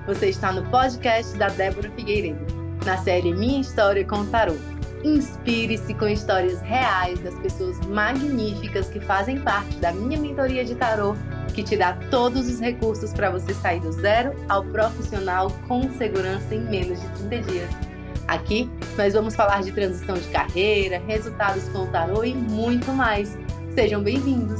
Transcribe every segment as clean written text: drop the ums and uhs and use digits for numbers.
Você está no podcast da Débora Figueiredo, na série Minha História com o Tarô. Inspire-se com histórias reais das pessoas magníficas que fazem parte da minha mentoria de tarô, que te dá todos os recursos para você sair do zero ao profissional com segurança em menos de 30 dias. Aqui, nós vamos falar de transição de carreira, resultados com o tarô e muito mais. Sejam bem-vindos!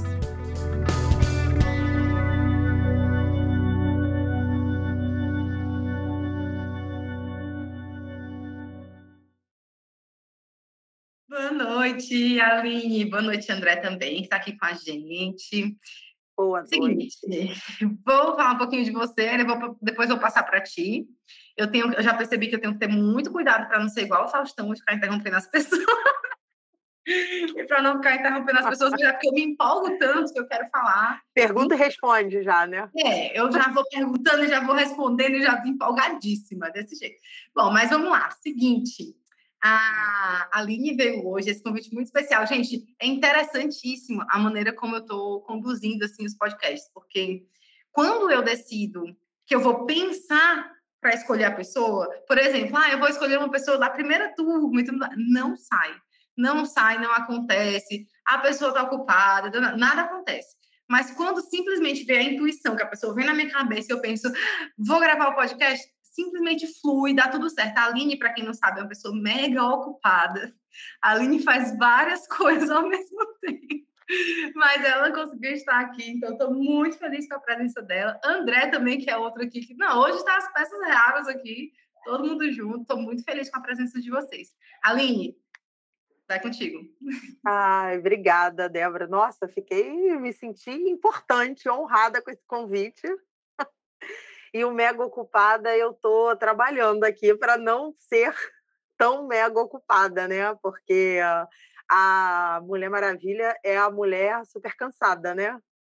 Boa noite, Aline. Boa noite, André também, que está aqui com a gente. Boa noite. Seguinte, vou falar um pouquinho de você, depois vou passar para ti. Eu já percebi que eu tenho que ter muito cuidado para não ser igual o Faustão, de ficar interrompendo as pessoas. E para não ficar interrompendo as pessoas, porque eu me empolgo tanto que eu quero falar. Pergunta e responde já, né? Eu já vou perguntando, já vou respondendo, já estou empolgadíssima desse jeito. Bom, mas vamos lá. Seguinte, a Aline veio hoje, esse convite muito especial. Gente, é interessantíssimo a maneira como eu estou conduzindo assim, os podcasts, porque quando eu decido que eu vou pensar para escolher a pessoa, por exemplo, eu vou escolher uma pessoa da primeira turma, então não sai. Não sai, não acontece, a pessoa está ocupada, nada acontece. Mas quando simplesmente vem a intuição, que a pessoa vem na minha cabeça e eu penso, vou gravar o podcast, simplesmente flui, dá tudo certo. A Aline, para quem não sabe, é uma pessoa mega ocupada. A Aline faz várias coisas ao mesmo tempo. Mas ela conseguiu estar aqui, então estou muito feliz com a presença dela. André também, que é outro aqui. Hoje está as peças raras aqui, todo mundo junto. Estou muito feliz com a presença de vocês. Aline, vai contigo. Ai, obrigada, Débora. Nossa, me senti importante, honrada com esse convite. E o mega ocupada, eu estou trabalhando aqui para não ser tão mega ocupada, né? Porque a Mulher Maravilha é a mulher super cansada, né?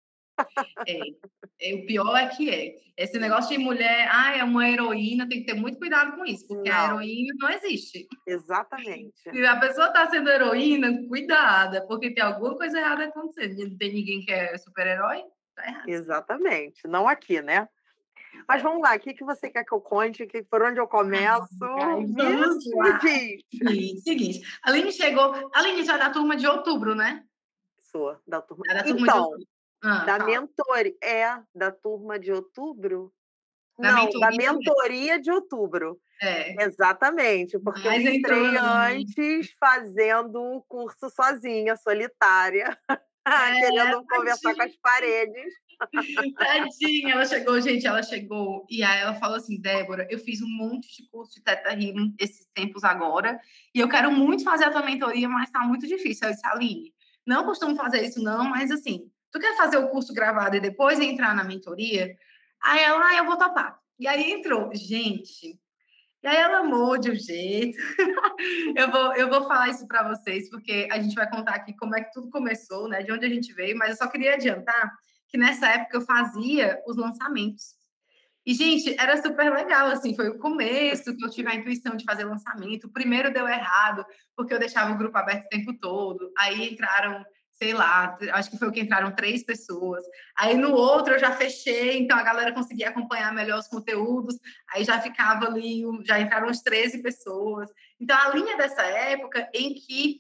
O pior é que esse negócio de mulher, é uma heroína, tem que ter muito cuidado com isso, porque a heroína não existe. Exatamente. Se a pessoa está sendo heroína, cuidada, porque tem alguma coisa errada acontecendo. Não tem ninguém que é super-herói, tá errado. Exatamente, não aqui, né? Mas vamos lá, o que você quer que eu conte? Por onde eu começo? Vamos lá. Seguinte, a Aline chegou... A Aline já é da turma de outubro, né? Sou, da turma... De outubro. Da mentoria... da turma de outubro? Não, da mentoria de outubro. Exatamente, porque eu entrei antes fazendo o curso sozinha, solitária, querendo conversar com as paredes. Tadinha, ela chegou, e aí ela falou assim, Débora, eu fiz um monte de curso de Theta Healing esses tempos agora, e eu quero muito fazer a tua mentoria, mas tá muito difícil. Eu disse, Aline, não costumo fazer isso não, mas assim, tu quer fazer o curso gravado e depois entrar na mentoria? Aí ela, eu vou topar. E aí entrou, gente... E aí ela amou de um jeito. eu vou falar isso para vocês, porque a gente vai contar aqui como é que tudo começou, né? De onde a gente veio, mas eu só queria adiantar que nessa época eu fazia os lançamentos. E, gente, era super legal, assim, foi o começo que eu tive a intuição de fazer lançamento. O primeiro deu errado, porque eu deixava o grupo aberto o tempo todo. Aí entraram, sei lá, acho que foi o que entraram 3 pessoas. Aí no outro eu já fechei, então a galera conseguia acompanhar melhor os conteúdos. Aí já ficava ali, já entraram uns 13 pessoas. Então a linha dessa época em que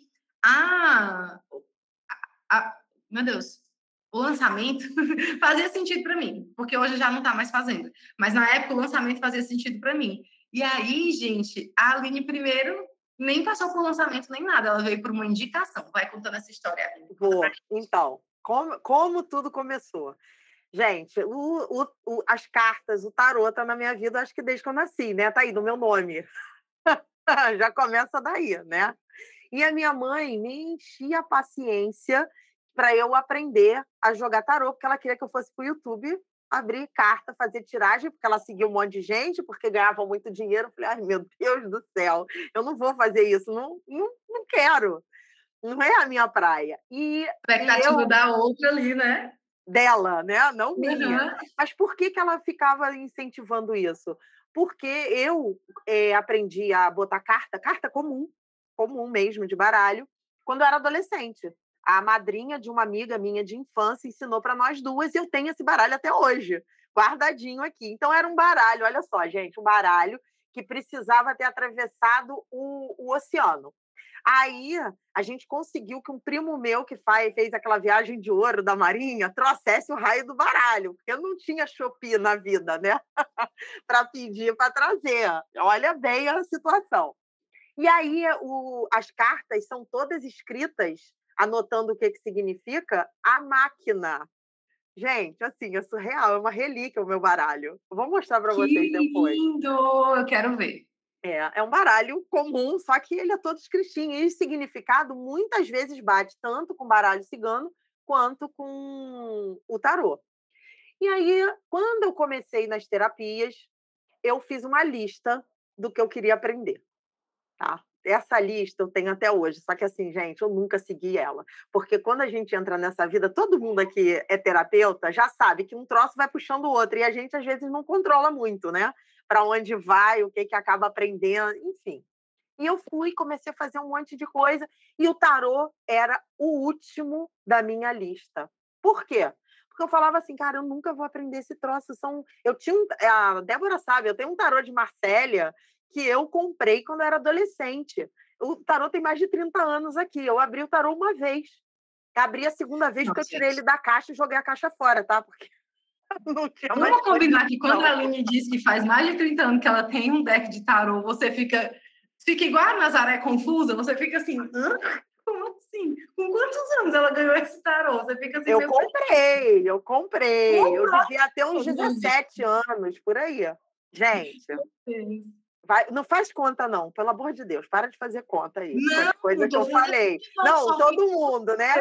meu Deus, o lançamento fazia sentido para mim, porque hoje já não está mais fazendo. Mas na época o lançamento fazia sentido para mim. E aí, gente, a Aline primeiro nem passou por lançamento nem nada, ela veio por uma indicação. Vai contando essa história, Aline. Vou. Então, como tudo começou? Gente, as cartas, o tarô tá na minha vida, acho que desde que eu nasci, né? Tá aí no meu nome. Já começa daí, né? E a minha mãe me enchia a paciência para eu aprender a jogar tarô, porque ela queria que eu fosse para o YouTube abrir carta, fazer tiragem, porque ela seguia um monte de gente, porque ganhava muito dinheiro. Eu falei, ai, meu Deus do céu, eu não vou fazer isso, não quero. Não é a minha praia. Expectativa da outra ali, né? Dela, né? Não minha. Uhum. Mas por que ela ficava incentivando isso? Porque eu aprendi a botar carta comum mesmo, de baralho, quando eu era adolescente. A madrinha de uma amiga minha de infância ensinou para nós duas e eu tenho esse baralho até hoje. guardadinho aqui. Então, era um baralho, olha só, gente, um baralho que precisava ter atravessado o oceano. Aí, a gente conseguiu que um primo meu que fez aquela viagem de ouro da Marinha trouxesse o raio do baralho, porque eu não tinha Shopee na vida, né? Para pedir para trazer. Olha bem a situação. E aí, as cartas são todas escritas, anotando o que significa a máquina. Gente, assim, é surreal, é uma relíquia o meu baralho. Eu vou mostrar para Que vocês depois. lindo! Eu quero ver. É um baralho comum, só que ele é todo escritinho. E o significado muitas vezes bate tanto com o baralho cigano quanto com o tarô. E aí, quando eu comecei nas terapias, eu fiz uma lista do que eu queria aprender, tá? Essa lista eu tenho até hoje, só que assim, gente, eu nunca segui ela. Porque quando a gente entra nessa vida, todo mundo aqui é terapeuta, já sabe que um troço vai puxando o outro, e a gente às vezes não controla muito, né? Para onde vai, o que acaba aprendendo, enfim. E eu fui, comecei a fazer um monte de coisa, e o tarô era o último da minha lista. Por quê? Porque eu falava assim, cara, eu nunca vou aprender esse troço. Eu tinha a Débora sabe, eu tenho um tarô de Marsella que eu comprei quando eu era adolescente. O tarô tem mais de 30 anos aqui. Eu abri o tarô uma vez. Abri a segunda vez porque eu tirei ele da caixa e joguei a caixa fora, tá? Porque não tinha mais. Vamos combinar que quando a Aline diz que faz mais de 30 anos que ela tem um deck de tarô, você fica igual a Nazaré confusa, você fica assim, hã? Como assim? Com quantos anos ela ganhou esse tarô? Você fica assim, eu comprei. Eu devia ter uns 17 anos, por aí. Gente, não faz conta, não. Pelo amor de Deus, para de fazer conta aí. Não, coisa que eu falei. Não, todo mundo, né?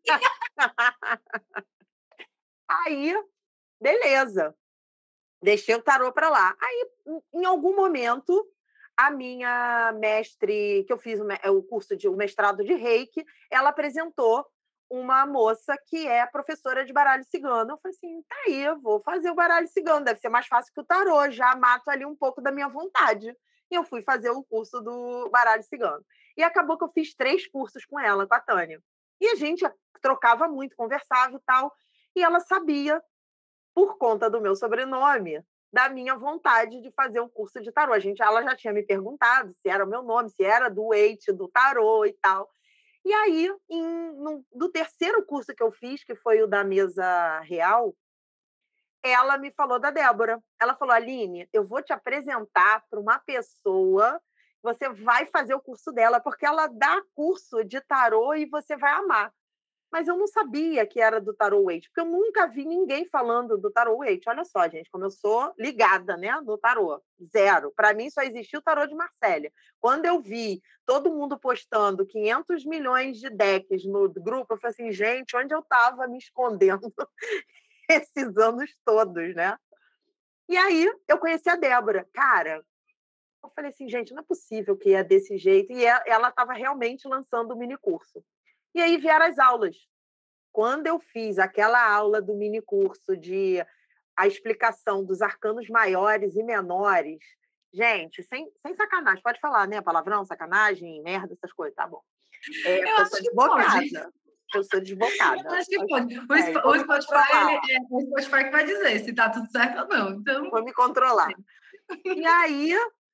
Aí, beleza. Deixei o tarô para lá. Aí, em algum momento, a minha mestre, que eu fiz o curso o mestrado de Reiki, ela apresentou uma moça que é professora de baralho cigano. Eu falei assim, tá aí, eu vou fazer o baralho cigano, deve ser mais fácil que o tarô, já mato ali um pouco da minha vontade. E eu fui fazer o curso do baralho cigano. E acabou que eu fiz 3 cursos com ela, com a Tânia. E a gente trocava muito, conversava e tal. E ela sabia, por conta do meu sobrenome, da minha vontade de fazer um curso de tarô. Ela já tinha me perguntado se era o meu nome, se era do Waite, do tarô e tal. E aí, no terceiro curso que eu fiz, que foi o da mesa real, ela me falou da Débora. Ela falou, Aline, eu vou te apresentar para uma pessoa, você vai fazer o curso dela, porque ela dá curso de tarô e você vai amar. Mas eu não sabia que era do Tarot Waite, porque eu nunca vi ninguém falando do Tarot Waite. Olha só, gente, como eu sou ligada, né, no tarô. Zero. Para mim só existia o Tarot de Marsella. Quando eu vi todo mundo postando 500 milhões de decks no grupo, eu falei assim, gente, onde eu estava me escondendo esses anos todos, né? E aí eu conheci a Débora. Cara, eu falei assim, gente, não é possível que é desse jeito. E ela estava realmente lançando o mini curso. E aí vieram as aulas. Quando eu fiz aquela aula do mini curso de a explicação dos arcanos maiores e menores, gente, sem sacanagem, pode falar, né? Palavrão, sacanagem, merda, essas coisas, tá bom. Eu acho que desbocada. Eu sou desbocada. Eu acho que pode. O Spotify que vai dizer se tá tudo certo ou não. Então... Vou me controlar. E aí,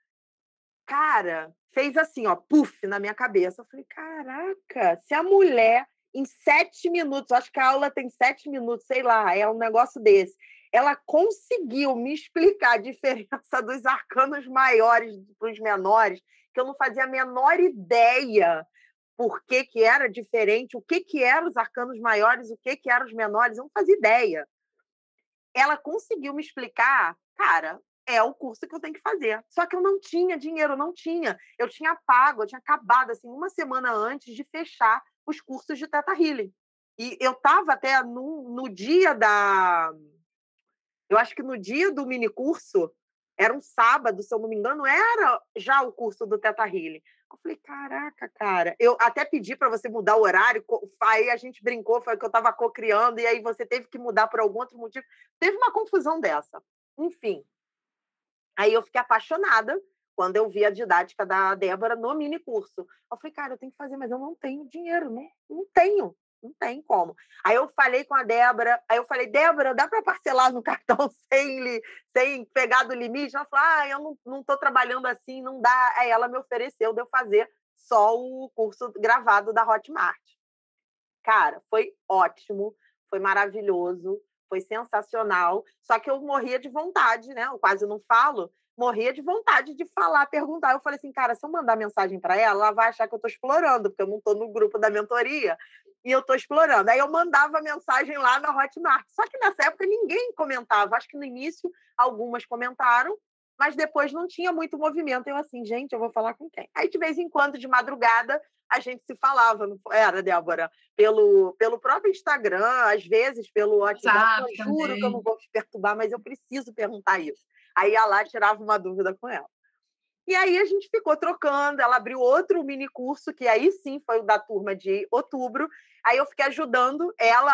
cara, fez assim, ó, puf, na minha cabeça. Eu falei, caraca, se a mulher, em 7 minutos, acho que a aula tem 7 minutos, sei lá, é um negócio desse, ela conseguiu me explicar a diferença dos arcanos maiores para os menores, que eu não fazia a menor ideia por que era diferente, o que eram os arcanos maiores, o que eram os menores, eu não fazia ideia. Ela conseguiu me explicar, cara, é o curso que eu tenho que fazer. Só que eu não tinha dinheiro, não tinha. Eu tinha pago, eu tinha acabado, assim, uma semana antes de fechar os cursos de Theta Healing. E eu estava até no dia da... Eu acho que no dia do mini curso, era um sábado, se eu não me engano, era já o curso do Theta Healing. Eu falei, caraca, cara. Eu até pedi para você mudar o horário, aí a gente brincou, foi que eu estava co-criando, e aí você teve que mudar por algum outro motivo. Teve uma confusão dessa. Enfim. Aí eu fiquei apaixonada quando eu vi a didática da Débora no mini curso. Eu falei, cara, eu tenho que fazer, mas eu não tenho dinheiro, não tenho. não tem como. Aí eu falei com a Débora, Débora, dá para parcelar no cartão sem pegar do limite? Ela falou, eu não estou trabalhando assim, não dá. Aí ela me ofereceu de eu fazer só o curso gravado da Hotmart. Cara, foi ótimo, foi maravilhoso, foi sensacional, só que eu morria de vontade, né? Eu quase não falo, morria de vontade de falar, perguntar. Eu falei assim, cara, se eu mandar mensagem para ela vai achar que eu estou explorando, porque eu não estou no grupo da mentoria e eu estou explorando. Aí eu mandava mensagem lá na Hotmart. Só que nessa época ninguém comentava. Acho que no início algumas comentaram, mas depois não tinha muito movimento. Eu assim, gente, eu vou falar com quem? Aí de vez em quando, de madrugada, a gente se falava, não era, Débora? Pelo próprio Instagram, às vezes pelo WhatsApp. Eu juro que eu não vou te perturbar, mas eu preciso perguntar isso. Aí ia lá, tirava uma dúvida com ela. E aí a gente ficou trocando, ela abriu outro mini curso, que aí sim foi o da turma de outubro. Aí eu fiquei ajudando ela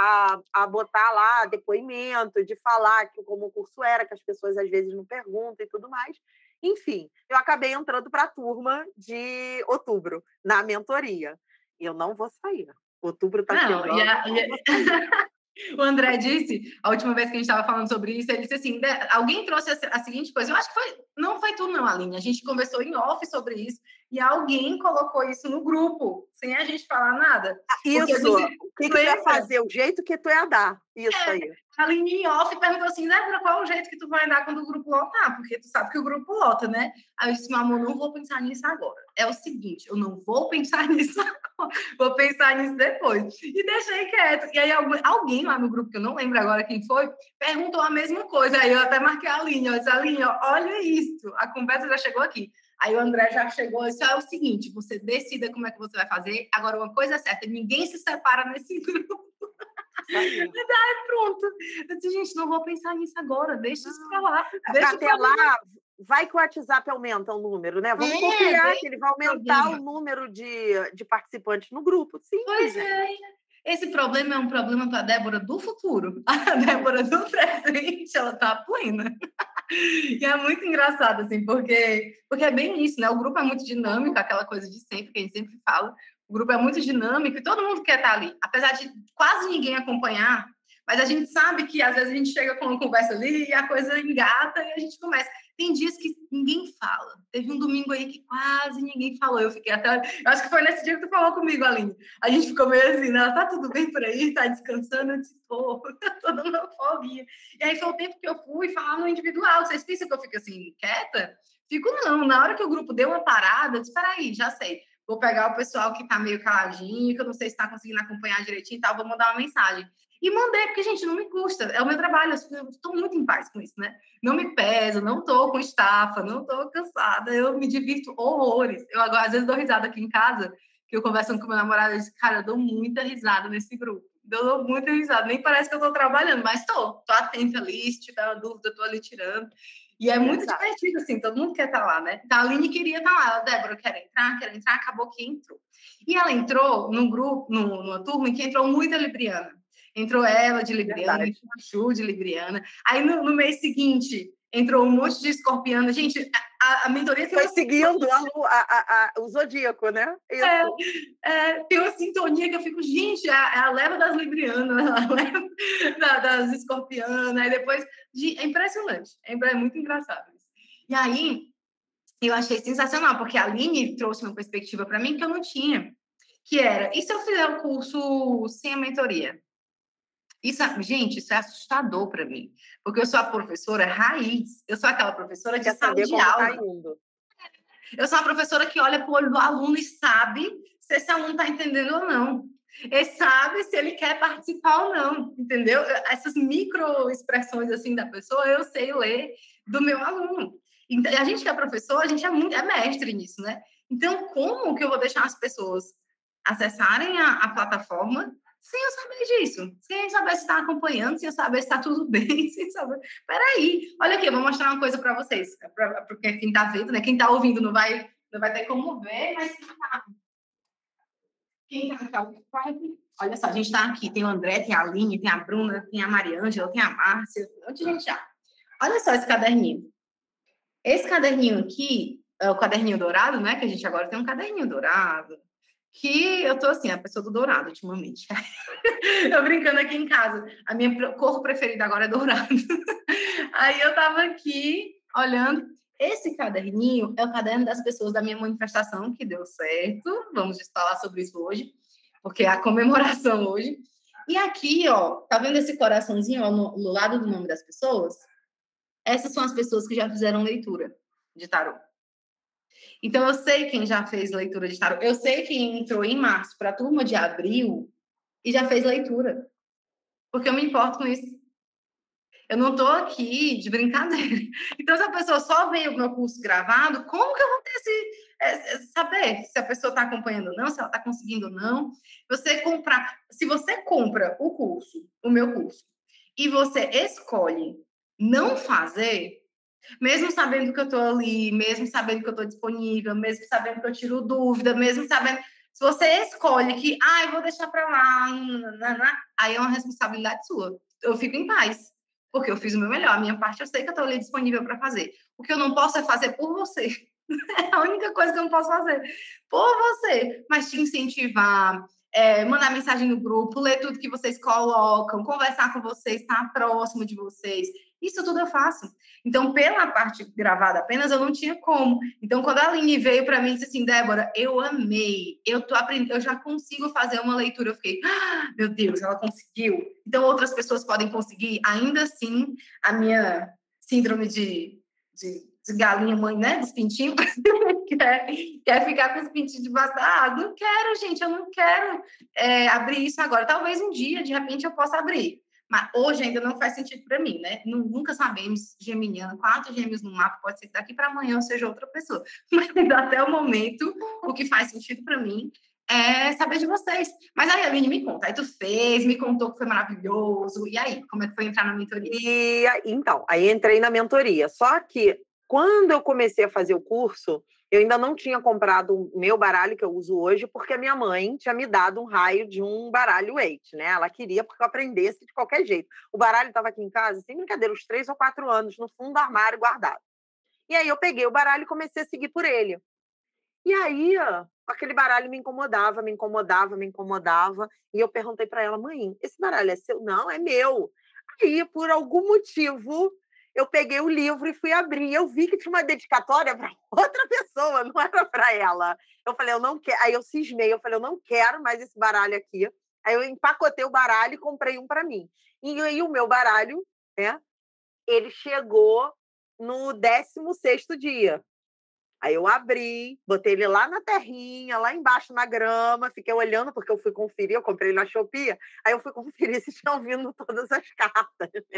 a botar lá depoimento, de falar como o curso era, que as pessoas às vezes não perguntam e tudo mais. Enfim, eu acabei entrando para a turma de outubro, na mentoria. E eu não vou sair. Outubro está chegando, não vou sair. O André disse, a última vez que a gente estava falando sobre isso, ele disse assim, alguém trouxe a seguinte coisa, eu acho que não foi tu não, Aline, a gente conversou em off sobre isso, e alguém colocou isso no grupo, sem a gente falar nada. Isso, o que tu ia fazer, o jeito que tu ia dar, isso aí. A Aline em off perguntou assim, Débora, qual é o jeito que tu vai dar quando o grupo lotar? Porque tu sabe que o grupo lota, né? Aí eu disse, meu amor, não vou pensar nisso agora. É o seguinte, eu não vou pensar nisso agora, vou pensar nisso depois. E deixei quieto. E aí alguém lá no grupo, que eu não lembro agora quem foi, perguntou a mesma coisa. Aí eu até marquei a Aline, eu disse, Aline, olha isso, a conversa já chegou aqui. Aí o André já chegou, isso é o seguinte, você decida como é que você vai fazer. Agora, uma coisa é certa, ninguém se separa nesse grupo. Aí, pronto. Eu disse, gente, não vou pensar nisso agora, deixa isso pra lá. Até lá, vai que o WhatsApp aumenta o número, né? Vamos confiar que ele vai aumentar o número de participantes no grupo. Sim, pois é. Esse problema é um problema para a Débora do futuro. A Débora do presente, ela tá plena. E é muito engraçado, assim, porque é bem isso, né? O grupo é muito dinâmico, aquela coisa de sempre, que a gente sempre fala. O grupo é muito dinâmico e todo mundo quer estar ali. Apesar de quase ninguém acompanhar, mas a gente sabe que às vezes a gente chega com uma conversa ali e a coisa engata e a gente começa. Tem dias que ninguém fala. Teve um domingo aí que quase ninguém falou. Eu fiquei até... Eu acho que foi nesse dia que tu falou comigo, Aline. A gente ficou meio assim, né? Tá tudo bem por aí? Tá descansando? Eu disse, tô dando uma folguinha. E aí foi o tempo que eu fui falar no individual. Vocês pensam que eu fico assim, quieta? Fico não. Na hora que o grupo deu uma parada, eu disse, peraí, já sei. Vou pegar o pessoal que tá meio caladinho, que eu não sei se tá conseguindo acompanhar direitinho e tal, vou mandar uma mensagem. E mandei, porque, gente, não me custa. É o meu trabalho, eu estou muito em paz com isso, né? Não me peso, não estou com estafa, não estou cansada, eu me divirto horrores. Eu agora, às vezes, dou risada aqui em casa, que eu conversando com meu namorado, eu disse, cara, eu dou muita risada nesse grupo. Eu dou muita risada, nem parece que eu estou trabalhando, mas estou atenta ali, se tiver uma dúvida, eu estou ali tirando. E é muito divertido, assim, todo mundo quer estar lá, né? Então, a Aline queria estar lá, Débora, eu quero entrar, acabou que entrou. E ela entrou num grupo, numa turma em que entrou muita libriana. Entrou ela de libriana, entrou a Chu de libriana. Aí, no mês seguinte, entrou um monte de escorpiana. Gente, a mentoria... Foi seguindo o zodíaco, né? Isso. Tem uma sintonia que eu fico, gente, é a leva das librianas, a leva das escorpianas. Aí depois... É impressionante. É muito engraçado isso. E aí, eu achei sensacional, porque a Aline trouxe uma perspectiva para mim que eu não tinha. Que era, e se eu fizer o curso sem a mentoria? Gente, isso é assustador para mim, porque eu sou a professora raiz, eu sou aquela professora de sala de aula. Eu sou a professora que olha para o olho do aluno e sabe se esse aluno está entendendo ou não. Ele sabe se ele quer participar ou não, entendeu? Essas microexpressões assim da pessoa, eu sei ler do meu aluno. Então, a gente que é professor, a gente é mestre nisso, né? Então, como que eu vou deixar as pessoas acessarem a plataforma sem eu saber disso, sem eu saber se está acompanhando, sem eu saber se está tudo bem, sem saber... Peraí, olha aqui, eu vou mostrar uma coisa para vocês, porque quem está vendo, né? Quem está ouvindo não vai ter como ver, mas quem está aqui, olha só, a gente está aqui, tem o André, tem a Aline, tem a Bruna, tem a Mariângela, tem a Márcia, um monte de gente já. Olha só esse caderninho. Esse caderninho aqui, é o caderninho dourado, né? Que a gente agora tem um caderninho dourado, que eu tô assim, a pessoa do dourado ultimamente. Eu brincando aqui em casa, a minha cor preferida agora é dourado. Aí eu tava aqui olhando. Esse caderninho é o caderno das pessoas da minha manifestação, que deu certo. Vamos falar sobre isso hoje, porque é a comemoração hoje. E aqui, ó, tá vendo esse coraçãozinho ó, no lado do nome das pessoas? Essas são as pessoas que já fizeram leitura de tarô. Então, eu sei quem já fez leitura de tarô. Eu sei quem entrou em março para a turma de abril e já fez leitura. Porque eu me importo com isso. Eu não estou aqui de brincadeira. Então, se a pessoa só veio o meu curso gravado, como que eu vou ter saber se a pessoa está acompanhando ou não, se ela está conseguindo ou não? Se você compra o curso, o meu curso, e você escolhe não fazer, mesmo sabendo que eu estou ali, mesmo sabendo que eu estou disponível, mesmo sabendo que eu tiro dúvida, mesmo sabendo. Se você escolhe que, eu vou deixar para lá, aí é uma responsabilidade sua. Eu fico em paz, porque eu fiz o meu melhor. A minha parte eu sei que eu estou ali disponível para fazer. O que eu não posso é fazer por você. É a única coisa que eu não posso fazer por você. Mas te incentivar, mandar mensagem no grupo, ler tudo que vocês colocam, conversar com vocês, estar próximo de vocês. Isso tudo eu faço. Então, pela parte gravada apenas, eu não tinha como. Então, quando a Aline veio para mim e disse assim, Débora, eu amei, eu tô aprendendo, eu já consigo fazer uma leitura. Eu fiquei, meu Deus, ela conseguiu. Então, outras pessoas podem conseguir. Ainda assim, a minha síndrome de galinha mãe, né, dos pintinhos, quer ficar com os pintinhos debaixo da água. Não quero, gente, eu não quero abrir isso agora. Talvez um dia, de repente, eu possa abrir. Mas hoje ainda não faz sentido para mim, né? Nunca sabemos, geminiano, 4 gêmeos no mapa, pode ser que daqui para amanhã eu seja outra pessoa. Mas até o momento, o que faz sentido para mim é saber de vocês. Mas aí, Aline, me conta. Aí tu fez, me contou que foi maravilhoso. E aí, como é que foi entrar na mentoria? Então, aí entrei na mentoria. Só que quando eu comecei a fazer o curso, eu ainda não tinha comprado o meu baralho que eu uso hoje, porque a minha mãe tinha me dado um raio de um baralho Waite, né? Ela queria porque eu aprendesse de qualquer jeito. O baralho estava aqui em casa, sem brincadeira, uns 3 ou 4 anos, no fundo do armário guardado. E aí eu peguei o baralho e comecei a seguir por ele. E aí, aquele baralho me incomodava, me incomodava, me incomodava. E eu perguntei para ela, mãe, esse baralho é seu? Não, é meu. Aí, por algum motivo, eu peguei o livro e fui abrir. Eu vi que tinha uma dedicatória para outra pessoa, não era para ela. Eu falei, eu não quero. Aí eu cismei, eu falei, eu não quero mais esse baralho aqui. Aí eu empacotei o baralho e comprei um para mim. E aí o meu baralho, né, ele chegou no 16º dia. Aí eu abri, botei ele lá na terrinha, lá embaixo na grama, fiquei olhando, porque eu fui conferir, eu comprei na Shopee, aí eu fui conferir se tinham vindo todas as cartas. Né?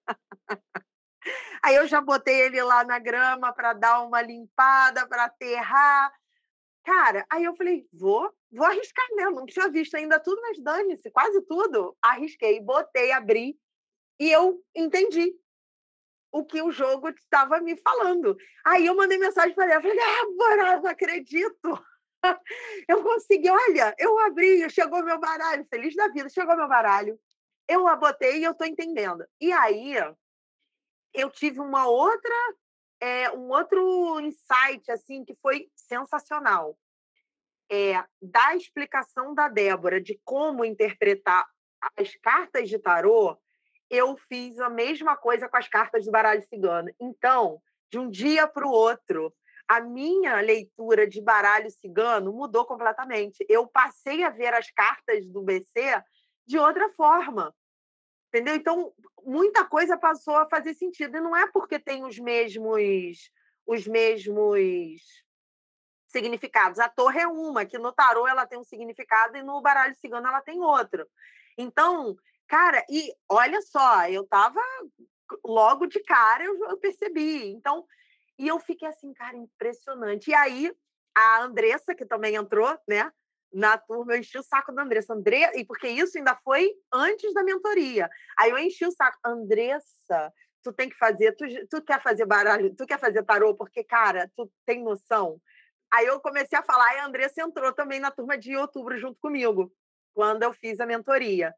Aí eu já botei ele lá na grama para dar uma limpada, para aterrar. Cara, aí eu falei, vou arriscar mesmo, não tinha visto ainda tudo, mas dane-se, quase tudo. Arrisquei, botei, abri, e eu entendi o que o jogo estava me falando. Aí eu mandei mensagem para ela, falei, Bora, não acredito. Eu consegui, olha, eu abri, chegou meu baralho, feliz da vida, chegou meu baralho. Eu a botei e eu estou entendendo. E aí eu tive um outro insight assim que foi sensacional. Da explicação da Débora de como interpretar as cartas de tarô, eu fiz a mesma coisa com as cartas do baralho cigano. Então, de um dia para o outro, a minha leitura de baralho cigano mudou completamente. Eu passei a ver as cartas do BC de outra forma. Entendeu? Então, muita coisa passou a fazer sentido. E não é porque tem os mesmos significados. A torre é uma, que no tarô ela tem um significado e no baralho cigano ela tem outro. Então, cara, e olha só, eu tava logo de cara, eu percebi. Então, e eu fiquei assim, cara, impressionante. E aí, a Andressa, que também entrou, né, na turma, eu enchi o saco da Andressa. E porque isso ainda foi antes da mentoria. Aí eu enchi o saco. Andressa, tu tem que fazer, tu quer fazer baralho, tu quer fazer tarô, porque, cara, tu tem noção. Aí eu comecei a falar, e a Andressa entrou também na turma de outubro junto comigo, quando eu fiz a mentoria.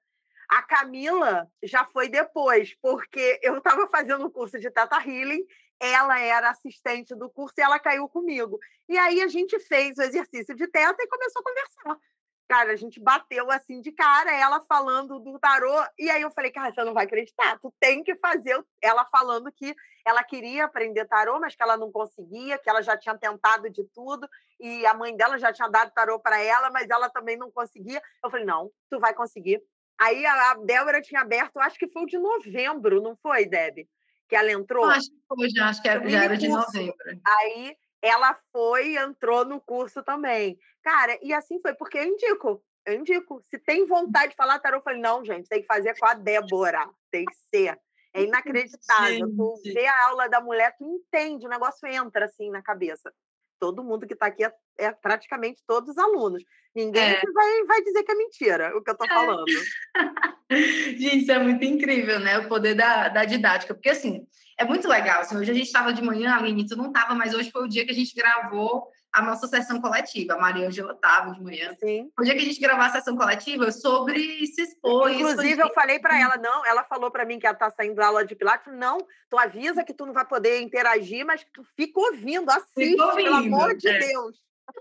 A Camila já foi depois, porque eu estava fazendo um curso de Theta Healing, ela era assistente do curso e ela caiu comigo. E aí a gente fez o exercício de Theta e começou a conversar. Cara, a gente bateu assim de cara, ela falando do tarô, e aí eu falei, cara, você não vai acreditar, tu tem que fazer. Ela falando que ela queria aprender tarô, mas que ela não conseguia, que ela já tinha tentado de tudo, e a mãe dela já tinha dado tarô para ela, mas ela também não conseguia. Eu falei, não, tu vai conseguir. Aí a Débora tinha aberto, acho que foi o de novembro, não foi, Deb? Que ela entrou? Acho que foi, acho que já era de novembro. Aí ela foi e entrou no curso também. Cara, e assim foi, porque eu indico. Se tem vontade de falar tarô, eu falei, não, gente, tem que fazer com a Débora, tem que ser. É inacreditável. Gente. Tu vê a aula da mulher, tu entende, o negócio entra assim na cabeça. Todo mundo que está aqui é praticamente todos alunos. Ninguém vai dizer que é mentira o que eu estou falando. Gente, isso é muito incrível, né? O poder da didática. Porque, assim, é muito legal. Assim, hoje a gente estava de manhã, Aline, tu não estava, mas hoje foi o dia que a gente gravou a nossa sessão coletiva. A Maria Ângela estava de manhã. Sim. Foi o dia que a gente gravou a sessão coletiva sobre se expor. Inclusive, eu falei para ela, não, ela falou para mim que ela está saindo da aula de Pilates, não, tu avisa que tu não vai poder interagir, mas que tu fica ouvindo, assiste, pelo amor de Deus.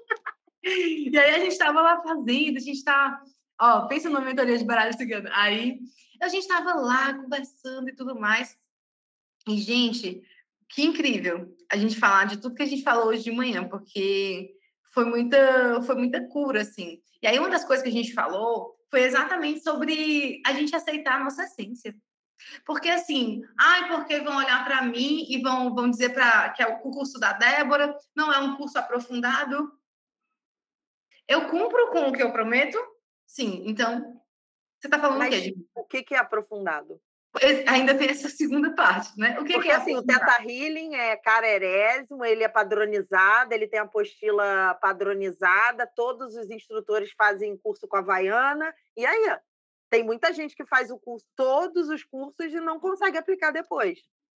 E aí a gente estava lá fazendo, a gente está... Ó, pensa numa mentoria de baralho cigano. Aí a gente estava lá conversando e tudo mais. E, gente, que incrível a gente falar de tudo que a gente falou hoje de manhã, porque foi muita cura, assim. E aí uma das coisas que a gente falou foi exatamente sobre a gente aceitar a nossa essência. Porque, assim, porque vão olhar para mim e vão dizer que é o curso da Débora, não é um curso aprofundado. Eu cumpro com o que eu prometo? Sim. Então, você está falando o quê? O que é aprofundado? Ainda tem essa segunda parte, né? O que Porque, é assim, o Theta Healing é carerésimo, ele é padronizado, ele tem apostila padronizada, todos os instrutores fazem curso com a Havaiana, e aí? Tem muita gente que faz o curso, todos os cursos, e não consegue aplicar depois.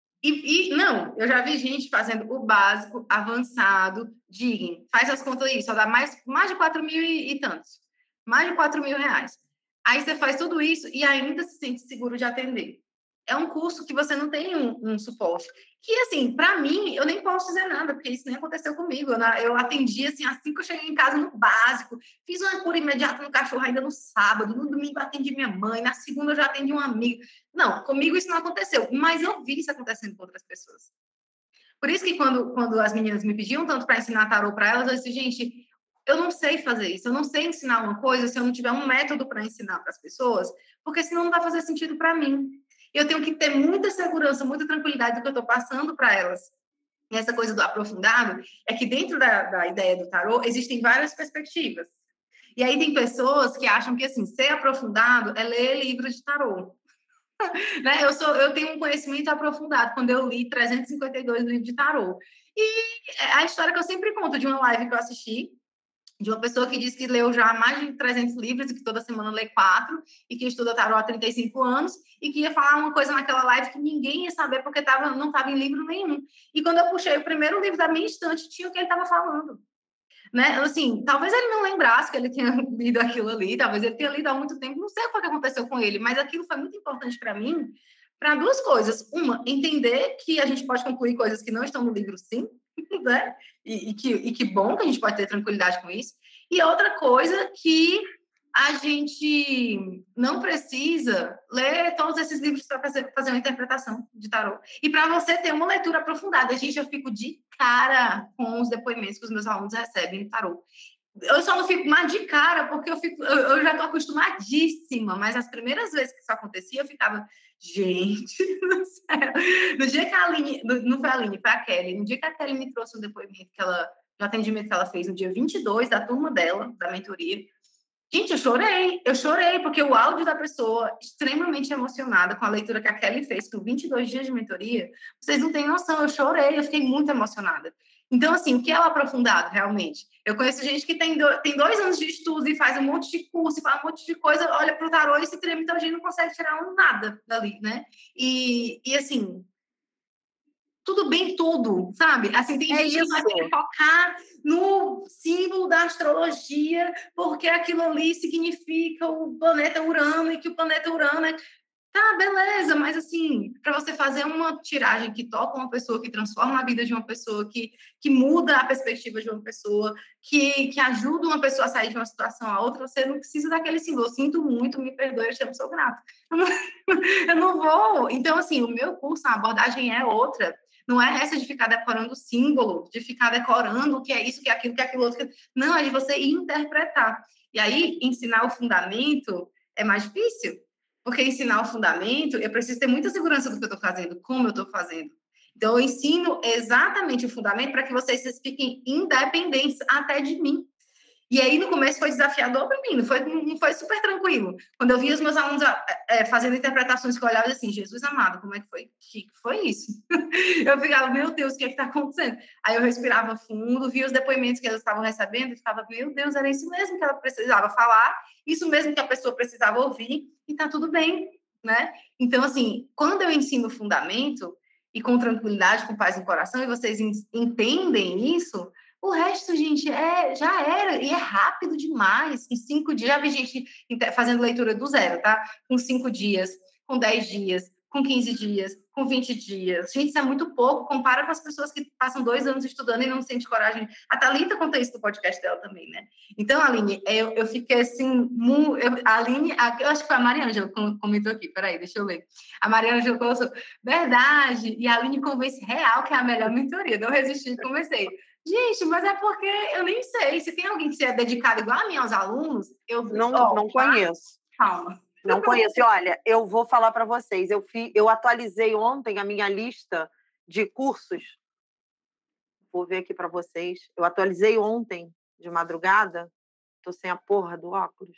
Não, eu já vi gente fazendo o básico, avançado, digno. Faz as contas aí, só dá mais de 4 mil e tantos. Mais de 4 mil reais. Aí você faz tudo isso e ainda se sente seguro de atender. É um curso que você não tem um suporte. Que, assim, para mim, eu nem posso dizer nada, porque isso nem aconteceu comigo. Eu atendi, assim que eu cheguei em casa, no básico. Fiz uma cura imediata no cachorro ainda no sábado. No domingo eu atendi minha mãe. Na segunda eu já atendi uma amiga. Não, comigo isso não aconteceu. Mas eu vi isso acontecendo com outras pessoas. Por isso que quando as meninas me pediam tanto para ensinar tarô para elas, eu disse, gente, eu não sei fazer isso. Eu não sei ensinar uma coisa se eu não tiver um método para ensinar para as pessoas, porque senão não vai fazer sentido para mim. Eu tenho que ter muita segurança, muita tranquilidade do que eu estou passando para elas. E essa coisa do aprofundado é que dentro da ideia do tarô existem várias perspectivas. E aí tem pessoas que acham que, assim, ser aprofundado é ler livros de tarô. Né? Eu tenho um conhecimento aprofundado quando eu li 352 livros de tarô. E a história que eu sempre conto de uma live que eu assisti, de uma pessoa que disse que leu já mais de 300 livros e que toda semana lê 4 e que estuda tarô há 35 anos e que ia falar uma coisa naquela live que ninguém ia saber porque não estava em livro nenhum. E quando eu puxei o primeiro livro da minha estante, tinha o que ele estava falando. Né? Assim, talvez ele não lembrasse que ele tinha lido aquilo ali, talvez ele tenha lido há muito tempo, não sei o que aconteceu com ele, mas aquilo foi muito importante para mim, para duas coisas. Uma, entender que a gente pode concluir coisas que não estão no livro, sim, né? E que bom que a gente pode ter tranquilidade com isso. E outra coisa, que a gente não precisa ler todos esses livros para fazer uma interpretação de tarô. E para você ter uma leitura aprofundada. Gente, eu fico de cara com os depoimentos que os meus alunos recebem no tarô. Eu só não fico mais de cara, porque eu já estou acostumadíssima, mas as primeiras vezes que isso acontecia, eu ficava, gente do céu. No dia que a Aline, não foi a Aline, foi a Kelly, no dia que a Kelly me trouxe um depoimento do atendimento que ela fez no dia 22 da turma dela, da mentoria, gente, eu chorei, porque o áudio da pessoa extremamente emocionada com a leitura que a Kelly fez por 22 dias de mentoria, vocês não têm noção, eu chorei, eu fiquei muito emocionada. Então, assim, o que é o aprofundado, realmente? Eu conheço gente que tem 2 anos de estudo e faz um monte de curso, faz um monte de coisa, olha para o tarô e se treme, então a gente não consegue tirar nada dali, né? E assim, tudo bem tudo, sabe? Assim, tem gente que vai querer focar no símbolo da astrologia, porque aquilo ali significa o planeta Urano, e que o planeta Urano é... Tá, beleza, mas assim, para você fazer uma tiragem que toca uma pessoa, que transforma a vida de uma pessoa, que muda a perspectiva de uma pessoa, que ajuda uma pessoa a sair de uma situação a outra, você não precisa daquele símbolo. Eu sinto muito, me perdoe, eu te amo, sou grato. Eu não vou. Então, assim, o meu curso, a abordagem é outra. Não é essa de ficar decorando símbolo, de ficar decorando o que é isso, o que é aquilo, o que é aquilo outro. Não, é de você interpretar. E aí, ensinar o fundamento é mais difícil. Porque ensinar o fundamento, eu preciso ter muita segurança do que eu estou fazendo, como eu estou fazendo. Então, eu ensino exatamente o fundamento para que vocês fiquem independentes até de mim. E aí, no começo, foi desafiador para mim, não foi super tranquilo. Quando eu via os meus alunos fazendo interpretações que eu olhava assim, Jesus amado, como é que foi? Que foi isso? Eu ficava, meu Deus, o que é que está acontecendo? Aí eu respirava fundo, via os depoimentos que elas estavam recebendo e ficava, meu Deus, era isso mesmo que ela precisava falar, isso mesmo que a pessoa precisava ouvir, e tá tudo bem, né? Então, assim, quando eu ensino o fundamento, e com tranquilidade, com paz no coração, e vocês entendem isso, o resto, gente, já era, e é rápido demais. Em 5 dias, já vi gente fazendo leitura do zero, tá? Com 5 dias, com 10 dias, com 15 dias, com 20 dias. Gente, isso é muito pouco. Compara com as pessoas que passam 2 anos estudando e não sentem coragem. A Thalita conta isso no podcast dela também, né? Então, Aline, eu fiquei assim... eu acho que foi a Mariângela que comentou aqui. Peraí, deixa eu ler. A Mariângela colocou, verdade, e a Aline convence real que é a melhor mentoria. Não resisti e comecei. Gente, mas é porque eu nem sei. Se tem alguém que se é dedicado igual a mim aos alunos, eu não conheço. Calma. Não conheço. E olha, eu vou falar para vocês. Eu atualizei ontem a minha lista de cursos. Vou ver aqui para vocês. Eu atualizei ontem, de madrugada. Tô sem a porra do óculos.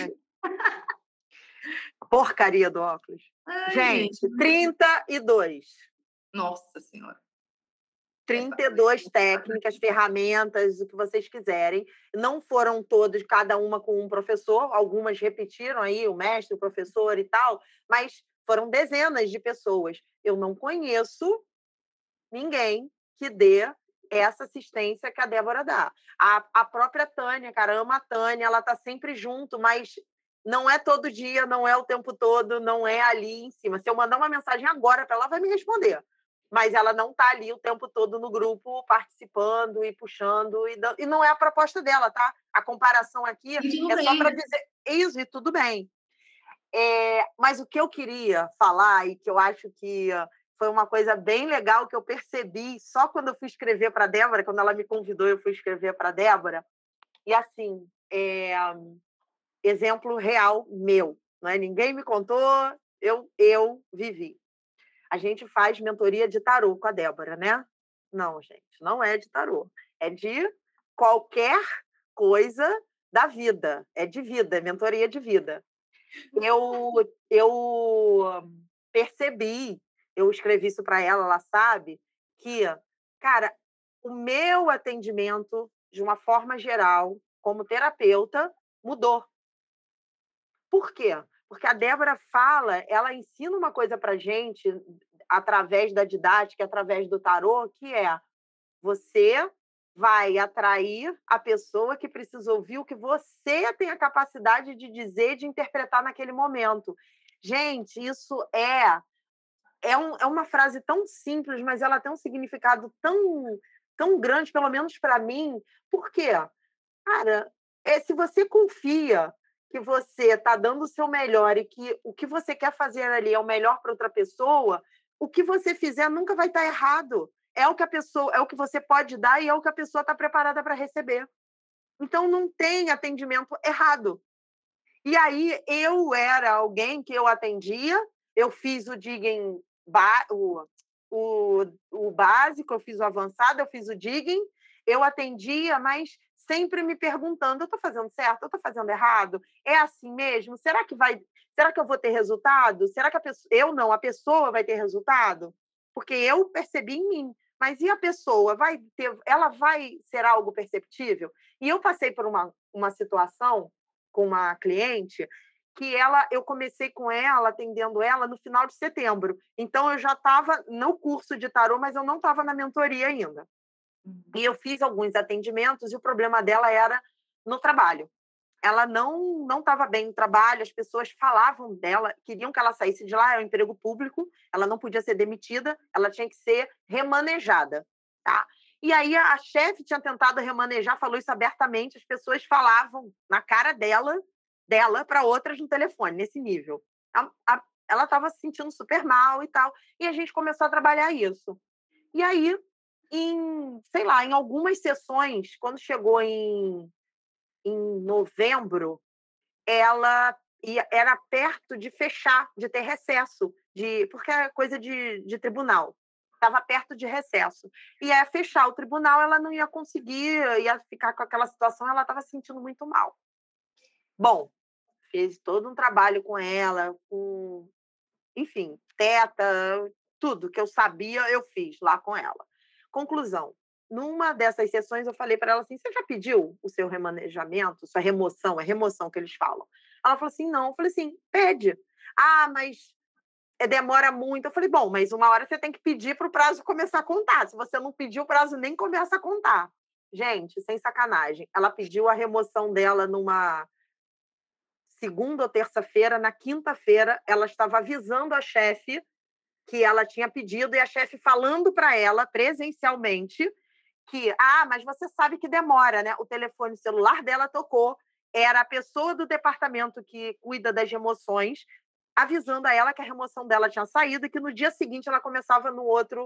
A porcaria do óculos. Ai, gente, 32. Nossa Senhora. 32 técnicas, ferramentas, o que vocês quiserem. Não foram todas, cada uma com um professor, algumas repetiram aí, o mestre, o professor e tal, mas foram dezenas de pessoas. Eu não conheço ninguém que dê essa assistência que a Débora dá. A própria Tânia, cara, ama a Tânia, ela está sempre junto, mas não é todo dia, não é o tempo todo, não é ali em cima. Se eu mandar uma mensagem agora para ela, vai me responder. Mas ela não está ali o tempo todo no grupo, participando e puxando, e não é a proposta dela, tá? A comparação aqui é só para dizer isso, e tudo bem. Mas o que eu queria falar, e que eu acho que foi uma coisa bem legal que eu percebi só quando eu fui escrever para a Débora, quando ela me convidou, eu fui escrever para a Débora, e assim, exemplo real meu, não é? Ninguém me contou, eu vivi. A gente faz mentoria de tarô com a Débora, né? Não, gente, não é de tarô. É de qualquer coisa da vida. É de vida, é mentoria de vida. Eu percebi, eu escrevi isso para ela, ela sabe, que, cara, o meu atendimento, de uma forma geral, como terapeuta, mudou. Por quê? Porque a Débora ela ensina uma coisa para a gente, através da didática, através do tarô, que é você vai atrair a pessoa que precisa ouvir o que você tem a capacidade de dizer, de interpretar naquele momento. Gente, isso é uma frase tão simples, mas ela tem um significado tão grande, pelo menos para mim. Por quê? Cara, se você confia que você está dando o seu melhor e que o que você quer fazer ali é o melhor para outra pessoa, o que você fizer nunca vai estar errado. É o que você pode dar e é o que a pessoa está preparada para receber. Então não tem atendimento errado. E aí eu era alguém que eu atendia, eu fiz o digging, o básico, eu fiz o avançado, eu fiz o digging, eu atendia, mas sempre me perguntando, eu estou fazendo certo? Eu estou fazendo errado? É assim mesmo? Será que eu vou ter resultado? Será que a pessoa vai ter resultado? Porque eu percebi em mim. Mas e a pessoa? Ela vai ser algo perceptível? E eu passei por uma situação com uma cliente que eu comecei com ela, atendendo ela, no final de setembro. Então, eu já estava no curso de tarô, mas eu não estava na mentoria ainda. E eu fiz alguns atendimentos e o problema dela era no trabalho. Ela não estava bem no trabalho, as pessoas falavam dela, queriam que ela saísse de lá, é um emprego público, ela não podia ser demitida, ela tinha que ser remanejada, tá? E aí a chefe tinha tentado remanejar, falou isso abertamente, as pessoas falavam na cara dela para outras no telefone, nesse nível. Ela estava se sentindo super mal e tal, e a gente começou a trabalhar isso. E aí, em algumas sessões, quando chegou em novembro, era perto de fechar, de ter recesso, porque é coisa de tribunal. Estava perto de recesso. E ia fechar o tribunal, ela não ia conseguir, ia ficar com aquela situação, ela estava se sentindo muito mal. Bom, fiz todo um trabalho com ela, enfim, tudo que eu sabia, eu fiz lá com ela. Conclusão. Numa dessas sessões, eu falei para ela assim, você já pediu o seu remanejamento, sua remoção? É remoção que eles falam. Ela falou assim, não. Eu falei assim, pede. Mas demora muito. Eu falei, bom, mas uma hora você tem que pedir para o prazo começar a contar. Se você não pedir, o prazo nem começa a contar. Gente, sem sacanagem. Ela pediu a remoção dela numa segunda ou terça-feira. Na quinta-feira, ela estava avisando a chefe que ela tinha pedido e a chefe falando para ela presencialmente que, mas você sabe que demora, né? O telefone celular dela tocou, era a pessoa do departamento que cuida das remoções, avisando a ela que a remoção dela tinha saído e que no dia seguinte ela começava no outro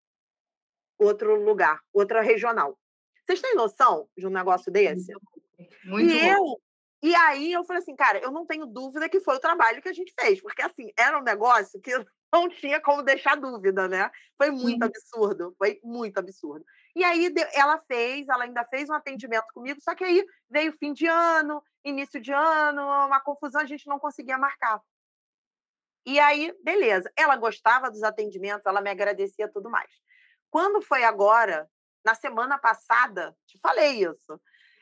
lugar, outra regional. Vocês têm noção de um negócio desse? Muito bom. E aí eu falei assim, cara, eu não tenho dúvida que foi o trabalho que a gente fez, porque assim, era um negócio que não tinha como deixar dúvida, né? Foi muito absurdo, foi muito absurdo. E aí ela ainda fez um atendimento comigo, só que aí veio fim de ano, início de ano, uma confusão, a gente não conseguia marcar. E aí, beleza, ela gostava dos atendimentos, ela me agradecia tudo mais. Quando foi agora, na semana passada, te falei isso,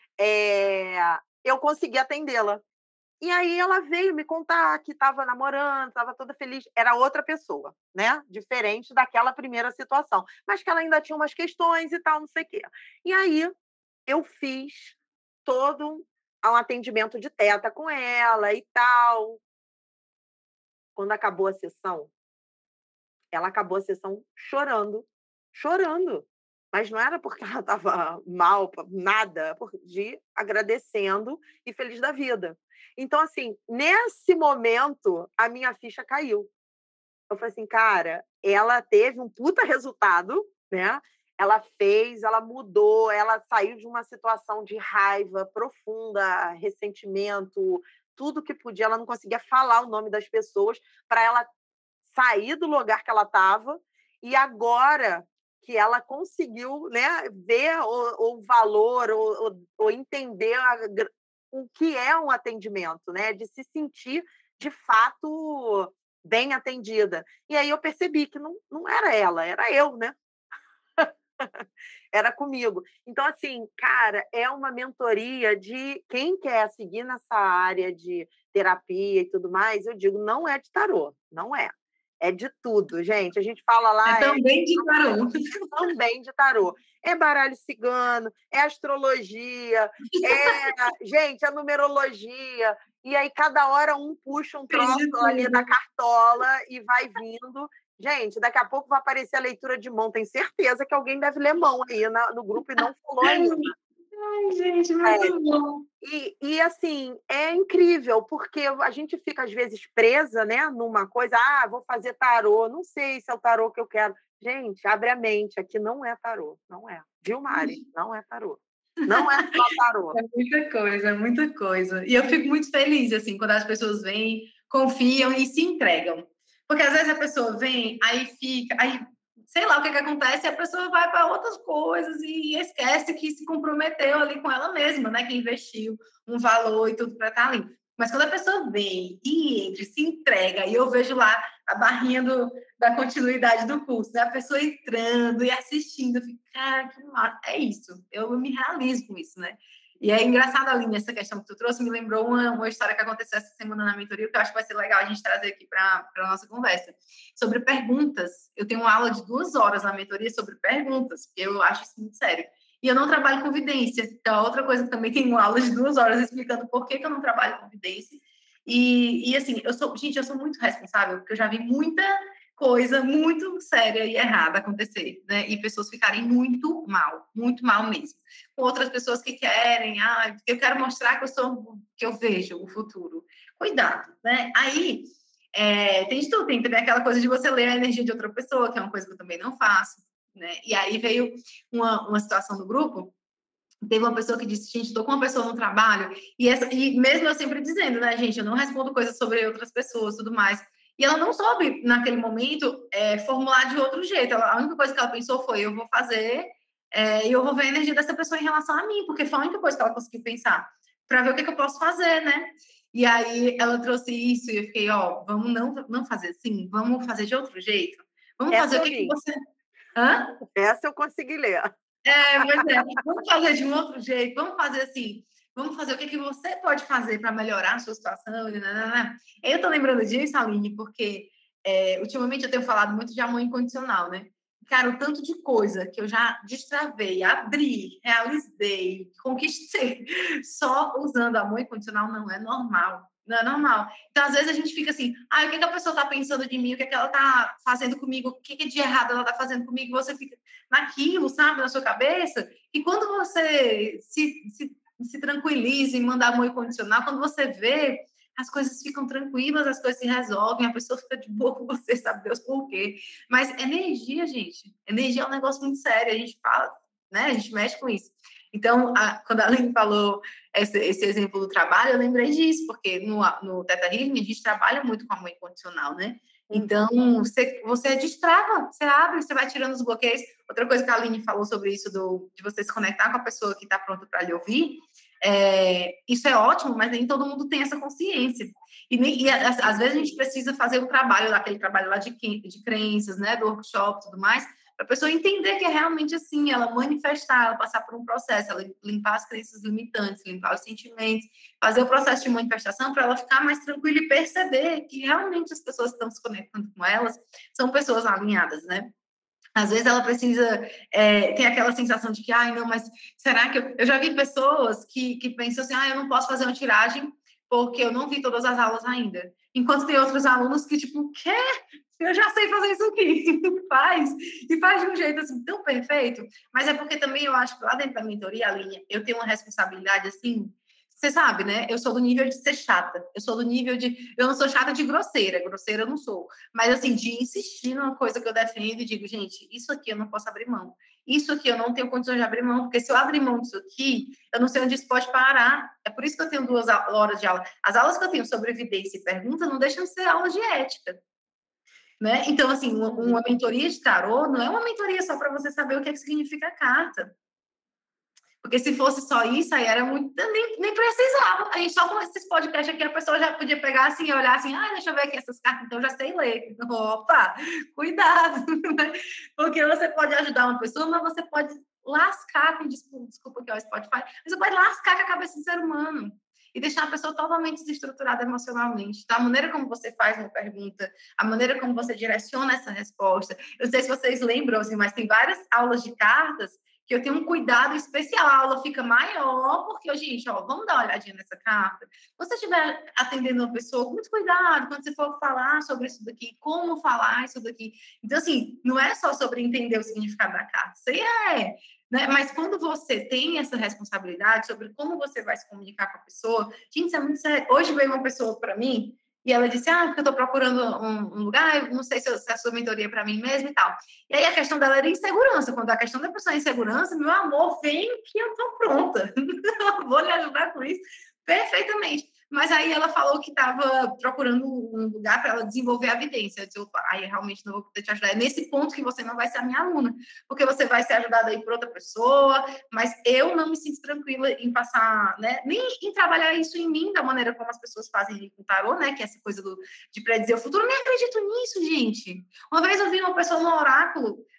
eu consegui atendê-la. E aí ela veio me contar que estava namorando, estava toda feliz. Era outra pessoa, né? Diferente daquela primeira situação. Mas que ela ainda tinha umas questões e tal, não sei o quê. E aí eu fiz todo um atendimento de teta com ela e tal. Quando acabou a sessão, ela acabou a sessão chorando. Chorando. Mas não era porque ela estava mal, nada, de agradecendo e feliz da vida. Então, assim, nesse momento, a minha ficha caiu. Eu falei assim, cara, ela teve um puta resultado, né? Ela mudou, ela saiu de uma situação de raiva profunda, ressentimento, tudo que podia, ela não conseguia falar o nome das pessoas para ela sair do lugar que ela estava e agora que ela conseguiu, né, ver o valor ou entender o que é um atendimento, né, de se sentir de fato bem atendida. E aí eu percebi que não era ela, era eu, né? Era comigo. Então, assim, cara, é uma mentoria de quem quer seguir nessa área de terapia e tudo mais, eu digo, não é de tarô, não é. É de tudo, gente. A gente fala lá... também de tarô. Também de tarô. É baralho cigano, é astrologia, gente, é numerologia. E aí, cada hora um puxa um troço ali da cartola e vai vindo. Gente, daqui a pouco vai aparecer a leitura de mão. Tenho certeza que alguém deve ler mão aí no grupo e não falou ainda. Ai, gente, muito bom. E, assim, é incrível, porque a gente fica, às vezes, presa, né, numa coisa, vou fazer tarô, não sei se é o tarô que eu quero. Gente, abre a mente, aqui não é tarô, não é. Viu, Mari? Não é tarô. Não é só tarô. É muita coisa, é muita coisa. E eu fico muito feliz, assim, quando as pessoas vêm, confiam e se entregam. Porque, às vezes, a pessoa vem, aí fica, aí sei lá o que acontece, e a pessoa vai para outras coisas e esquece que se comprometeu ali com ela mesma, né? Que investiu um valor e tudo para estar ali. Mas quando a pessoa vem e entra, se entrega, e eu vejo lá a barrinha da continuidade do curso, né? A pessoa entrando e assistindo, eu fico, cara, que massa. É isso, eu me realizo com isso, né? E é engraçado, Aline, essa questão que tu trouxe, me lembrou uma história que aconteceu essa semana na mentoria, que eu acho que vai ser legal a gente trazer aqui para a nossa conversa. Sobre perguntas. Eu tenho uma aula de 2 horas na mentoria sobre perguntas, porque eu acho isso muito sério. E eu não trabalho com vidência. Então, outra coisa que também tem uma aula de 2 horas explicando por que eu não trabalho com vidência. E assim, eu sou muito responsável, porque eu já vi muita coisa muito séria e errada acontecer, né? E pessoas ficarem muito mal mesmo. Com outras pessoas que querem, eu quero mostrar que eu vejo o futuro. Cuidado, né? Aí, tem de tudo, tem também aquela coisa de você ler a energia de outra pessoa, que é uma coisa que eu também não faço, né? E aí veio uma situação do grupo. Teve uma pessoa que disse, gente, estou com uma pessoa no trabalho, e mesmo eu sempre dizendo, né, gente, eu não respondo coisas sobre outras pessoas, tudo mais. E ela não soube, naquele momento, formular de outro jeito. A única coisa que ela pensou foi, eu vou fazer, e eu vou ver a energia dessa pessoa em relação a mim, porque foi a única coisa que ela conseguiu pensar, para ver o que eu posso fazer, né? E aí ela trouxe isso, e eu fiquei, vamos não fazer assim, vamos fazer de outro jeito. Vamos fazer o que você... Hã? Essa eu consegui ler. Vamos fazer de um outro jeito, vamos fazer assim, vamos fazer o que você pode fazer para melhorar a sua situação, Eu tô lembrando disso, Aline, porque ultimamente eu tenho falado muito de amor incondicional, né? Cara, o tanto de coisa que eu já destravei, abri, realizei, conquistei, só usando amor incondicional não é normal. Não é normal. Então, às vezes, a gente fica assim, o que a pessoa está pensando de mim, o que ela está fazendo comigo, o que de errado ela está fazendo comigo, e você fica naquilo, sabe, na sua cabeça. E quando você se tranquiliza e manda amor incondicional, quando você vê, as coisas ficam tranquilas, as coisas se resolvem, a pessoa fica de boa com você, sabe Deus por quê. Mas energia, gente, energia é um negócio muito sério, a gente fala, né, a gente mexe com isso. Então, quando a Aline falou esse exemplo do trabalho, eu lembrei disso, porque no Theta Healing a gente trabalha muito com amor incondicional, né? Então, você destrava, você abre, você vai tirando os bloqueios. Outra coisa que a Aline falou sobre isso, de você se conectar com a pessoa que está pronta para lhe ouvir, isso é ótimo, mas nem todo mundo tem essa consciência. E às vezes a gente precisa fazer um trabalho, aquele trabalho lá de crenças, né, do workshop e tudo mais, para a pessoa entender que é realmente assim, ela manifestar, ela passar por um processo, ela limpar as crenças limitantes, limpar os sentimentos, fazer o processo de manifestação para ela ficar mais tranquila e perceber que realmente as pessoas que estão se conectando com elas são pessoas alinhadas, né? Às vezes ela precisa ter aquela sensação de que, não, mas será que eu já vi pessoas que pensam assim, eu não posso fazer uma tiragem porque eu não vi todas as aulas ainda. Enquanto tem outros alunos que, tipo, quê? Eu já sei fazer isso aqui. E faz de um jeito assim tão perfeito. Mas é porque também eu acho que lá dentro da mentoria, Aline, eu tenho uma responsabilidade assim. Você sabe, né? Eu sou do nível de ser chata. Eu sou do nível de. Eu não sou chata de grosseira. Grosseira eu não sou. Mas, assim, de insistir numa coisa que eu defendo e digo, gente, isso aqui eu não posso abrir mão. Isso aqui eu não tenho condições de abrir mão, porque se eu abrir mão disso aqui, eu não sei onde isso pode parar. É por isso que eu tenho 2 horas de aula. As aulas que eu tenho sobre evidência e pergunta não deixam de ser aulas de ética. Né? Então, assim, uma mentoria de tarô não é uma mentoria só para você saber o que significa a carta. Porque se fosse só isso, aí era muito. Nem precisava. A gente só com esses podcasts aqui, a pessoa já podia pegar assim e olhar assim, deixa eu ver aqui essas cartas, então eu já sei ler. Opa, cuidado! Porque você pode ajudar uma pessoa, mas você pode lascar, desculpa que é o Spotify, mas você pode lascar com a cabeça do ser humano e deixar a pessoa totalmente desestruturada emocionalmente. Então, a maneira como você faz uma pergunta, a maneira como você direciona essa resposta. Eu não sei se vocês lembram, assim, mas tem várias aulas de cartas que eu tenho um cuidado especial, a aula fica maior, porque, gente, vamos dar uma olhadinha nessa carta. Quando você estiver atendendo uma pessoa, com muito cuidado, quando você for falar sobre isso daqui, como falar isso daqui. Então, assim, não é só sobre entender o significado da carta, isso aí né? Mas quando você tem essa responsabilidade sobre como você vai se comunicar com a pessoa, gente, isso é muito sério. Hoje veio uma pessoa para mim, e ela disse, porque eu estou procurando um lugar, eu não sei se a sua mentoria é para mim mesmo e tal. E aí a questão dela era insegurança. Quando a questão da pessoa é insegurança, meu amor, vem que eu estou pronta. Vou lhe ajudar com isso perfeitamente. Mas aí ela falou que estava procurando um lugar para ela desenvolver a evidência. Eu disse, opa, aí realmente não vou poder te ajudar. É nesse ponto que você não vai ser a minha aluna, porque você vai ser ajudada aí por outra pessoa, mas eu não me sinto tranquila em passar, né, nem em trabalhar isso em mim, da maneira como as pessoas fazem com o tarô, né, que é essa coisa de predizer o futuro. Eu nem acredito nisso, gente. Uma vez eu vi uma pessoa no oráculo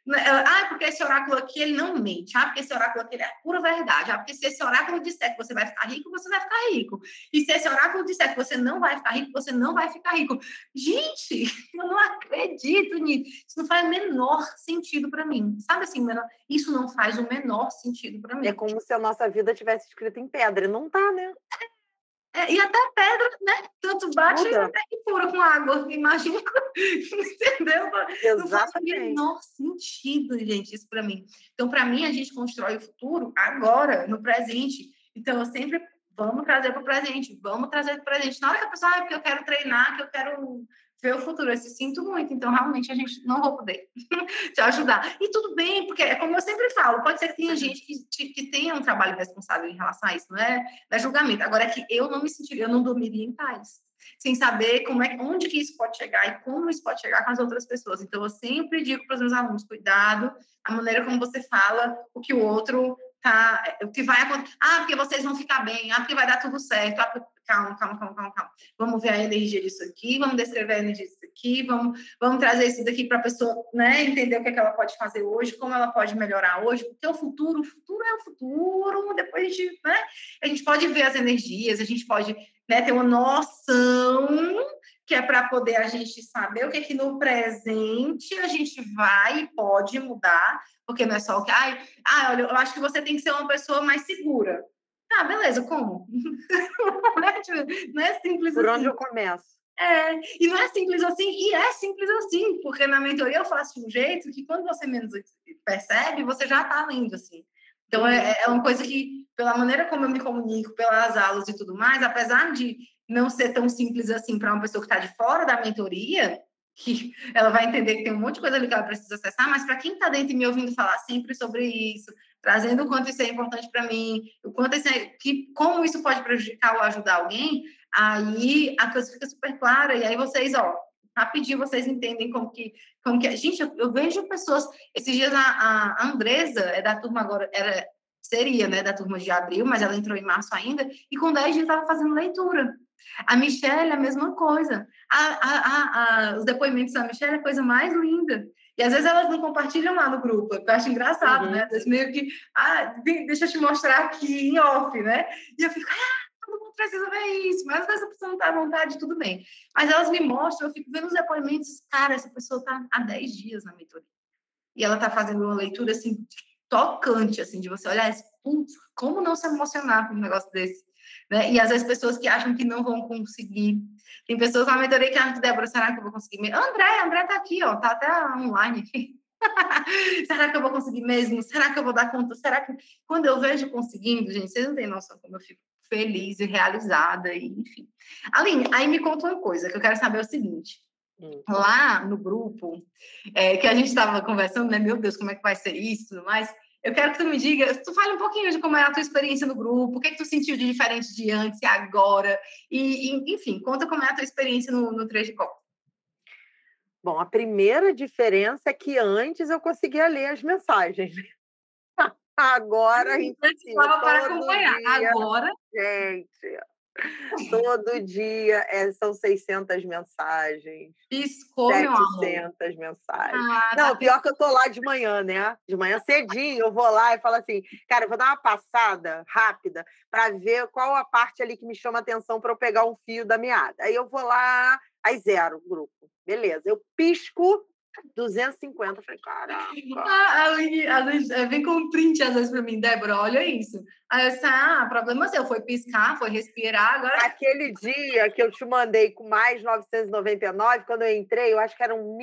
Porque esse oráculo aqui, ele não mente. Porque esse oráculo aqui, ele é pura verdade. Porque se esse oráculo disser que você vai ficar rico, você vai ficar rico. E se esse oráculo disser que você não vai ficar rico, você não vai ficar rico. Gente, eu não acredito nisso. Isso não faz o menor sentido para mim. Sabe assim, isso não faz o menor sentido para mim. É como se a nossa vida tivesse escrito em pedra. Não tá, né? E até pedra, né? Tanto bate até que fura com água. Imagina, entendeu? Exatamente. Não faz o menor sentido, gente, isso para mim. Então, para mim, a gente constrói o futuro agora, no presente. Então, eu sempre vamos trazer para o presente, vamos trazer para o presente. Na hora que a pessoa, porque eu quero treinar, que eu quero ver o futuro, eu sinto muito. Então, realmente, a gente não vou poder te ajudar. E tudo bem, porque é como eu sempre falo, pode ser que tenha gente que tenha um trabalho responsável em relação a isso, não é julgamento. Agora, é que eu não me sentiria, eu não dormiria em paz, sem saber onde que isso pode chegar e como isso pode chegar com as outras pessoas. Então, eu sempre digo para os meus alunos, cuidado, a maneira como você fala, o que o outro o que vai acontecer. Porque vocês vão ficar bem, porque vai dar tudo certo. Calma. Vamos ver a energia disso aqui, vamos descrever a energia disso aqui, vamos trazer isso daqui para a pessoa, né, entender o que ela pode fazer hoje, como ela pode melhorar hoje, porque o futuro é o futuro, depois a gente pode ver as energias, a gente pode, né, ter uma noção que é para poder a gente saber o que é que no presente a gente vai e pode mudar, porque não é só o que... olha, eu acho que você tem que ser uma pessoa mais segura. Beleza, como? Não é simples Por assim. onde eu começo? E não é simples assim, e é simples assim, porque na mentoria eu faço de um jeito que quando você menos percebe, você já está lendo assim. Então, é uma coisa que, pela maneira como eu me comunico, pelas aulas e tudo mais, apesar de não ser tão simples assim para uma pessoa que está de fora da mentoria, que ela vai entender que tem um monte de coisa ali que ela precisa acessar, mas para quem está dentro e me ouvindo falar sempre sobre isso, trazendo o quanto isso é importante para mim, o quanto como isso pode prejudicar ou ajudar alguém, aí a coisa fica super clara, e aí vocês, rapidinho vocês entendem como que é. Gente, eu vejo pessoas, esses dias a Andresa é da turma agora, seria, né, da turma de abril, mas ela entrou em março ainda, e com 10 dias estava fazendo leitura. A Michelle, a mesma coisa. Os depoimentos da Michelle é a coisa mais linda. E às vezes elas não compartilham lá no grupo, eu acho engraçado, né? Às vezes meio que, deixa eu te mostrar aqui em off, né? E eu fico, todo mundo precisa ver isso, mas às vezes a pessoa não está à vontade, tudo bem. Mas elas me mostram, eu fico vendo os depoimentos, cara, essa pessoa está há 10 dias na mentoria. E ela está fazendo uma leitura, assim, tocante, assim, de você olhar, putz, como não se emocionar com um negócio desse? Né? E às vezes pessoas que acham que não vão conseguir. Tem pessoas na mentoria que acham, Débora, será que eu vou conseguir? André tá aqui, tá até online aqui. Será que eu vou conseguir mesmo? Será que eu vou dar conta? Será que... Quando eu vejo conseguindo, gente, vocês não têm noção como eu fico feliz e realizada, e enfim. Aline, aí me conta uma coisa, que eu quero saber o seguinte. Lá no grupo, que a gente estava conversando, né? Meu Deus, como é que vai ser isso e tudo mais. Eu quero que tu me diga, tu fale um pouquinho de como é a tua experiência no grupo, o que tu sentiu de diferente de antes e agora, enfim, conta como é a tua experiência no 3 de Copa. Bom, a primeira diferença é que antes eu conseguia ler as mensagens. Agora, para acompanhar. Agora, gente, todo dia são 600 mensagens. Piscou, 700 mensagens. Não, pior que eu tô lá de manhã, né? De manhã cedinho, eu vou lá e falo assim, cara, eu vou dar uma passada rápida para ver qual a parte ali que me chama atenção para eu pegar um fio da meada. Aí eu vou lá, aí 0 o grupo. Beleza. Eu pisco 250. Eu falei, caraca. Aline, às vezes, vem com um print, às vezes, para mim, Débora, olha isso. Aí eu disse, problema seu, foi piscar, foi respirar, agora... Aquele dia que eu te mandei com mais 999, quando eu entrei, eu acho que eram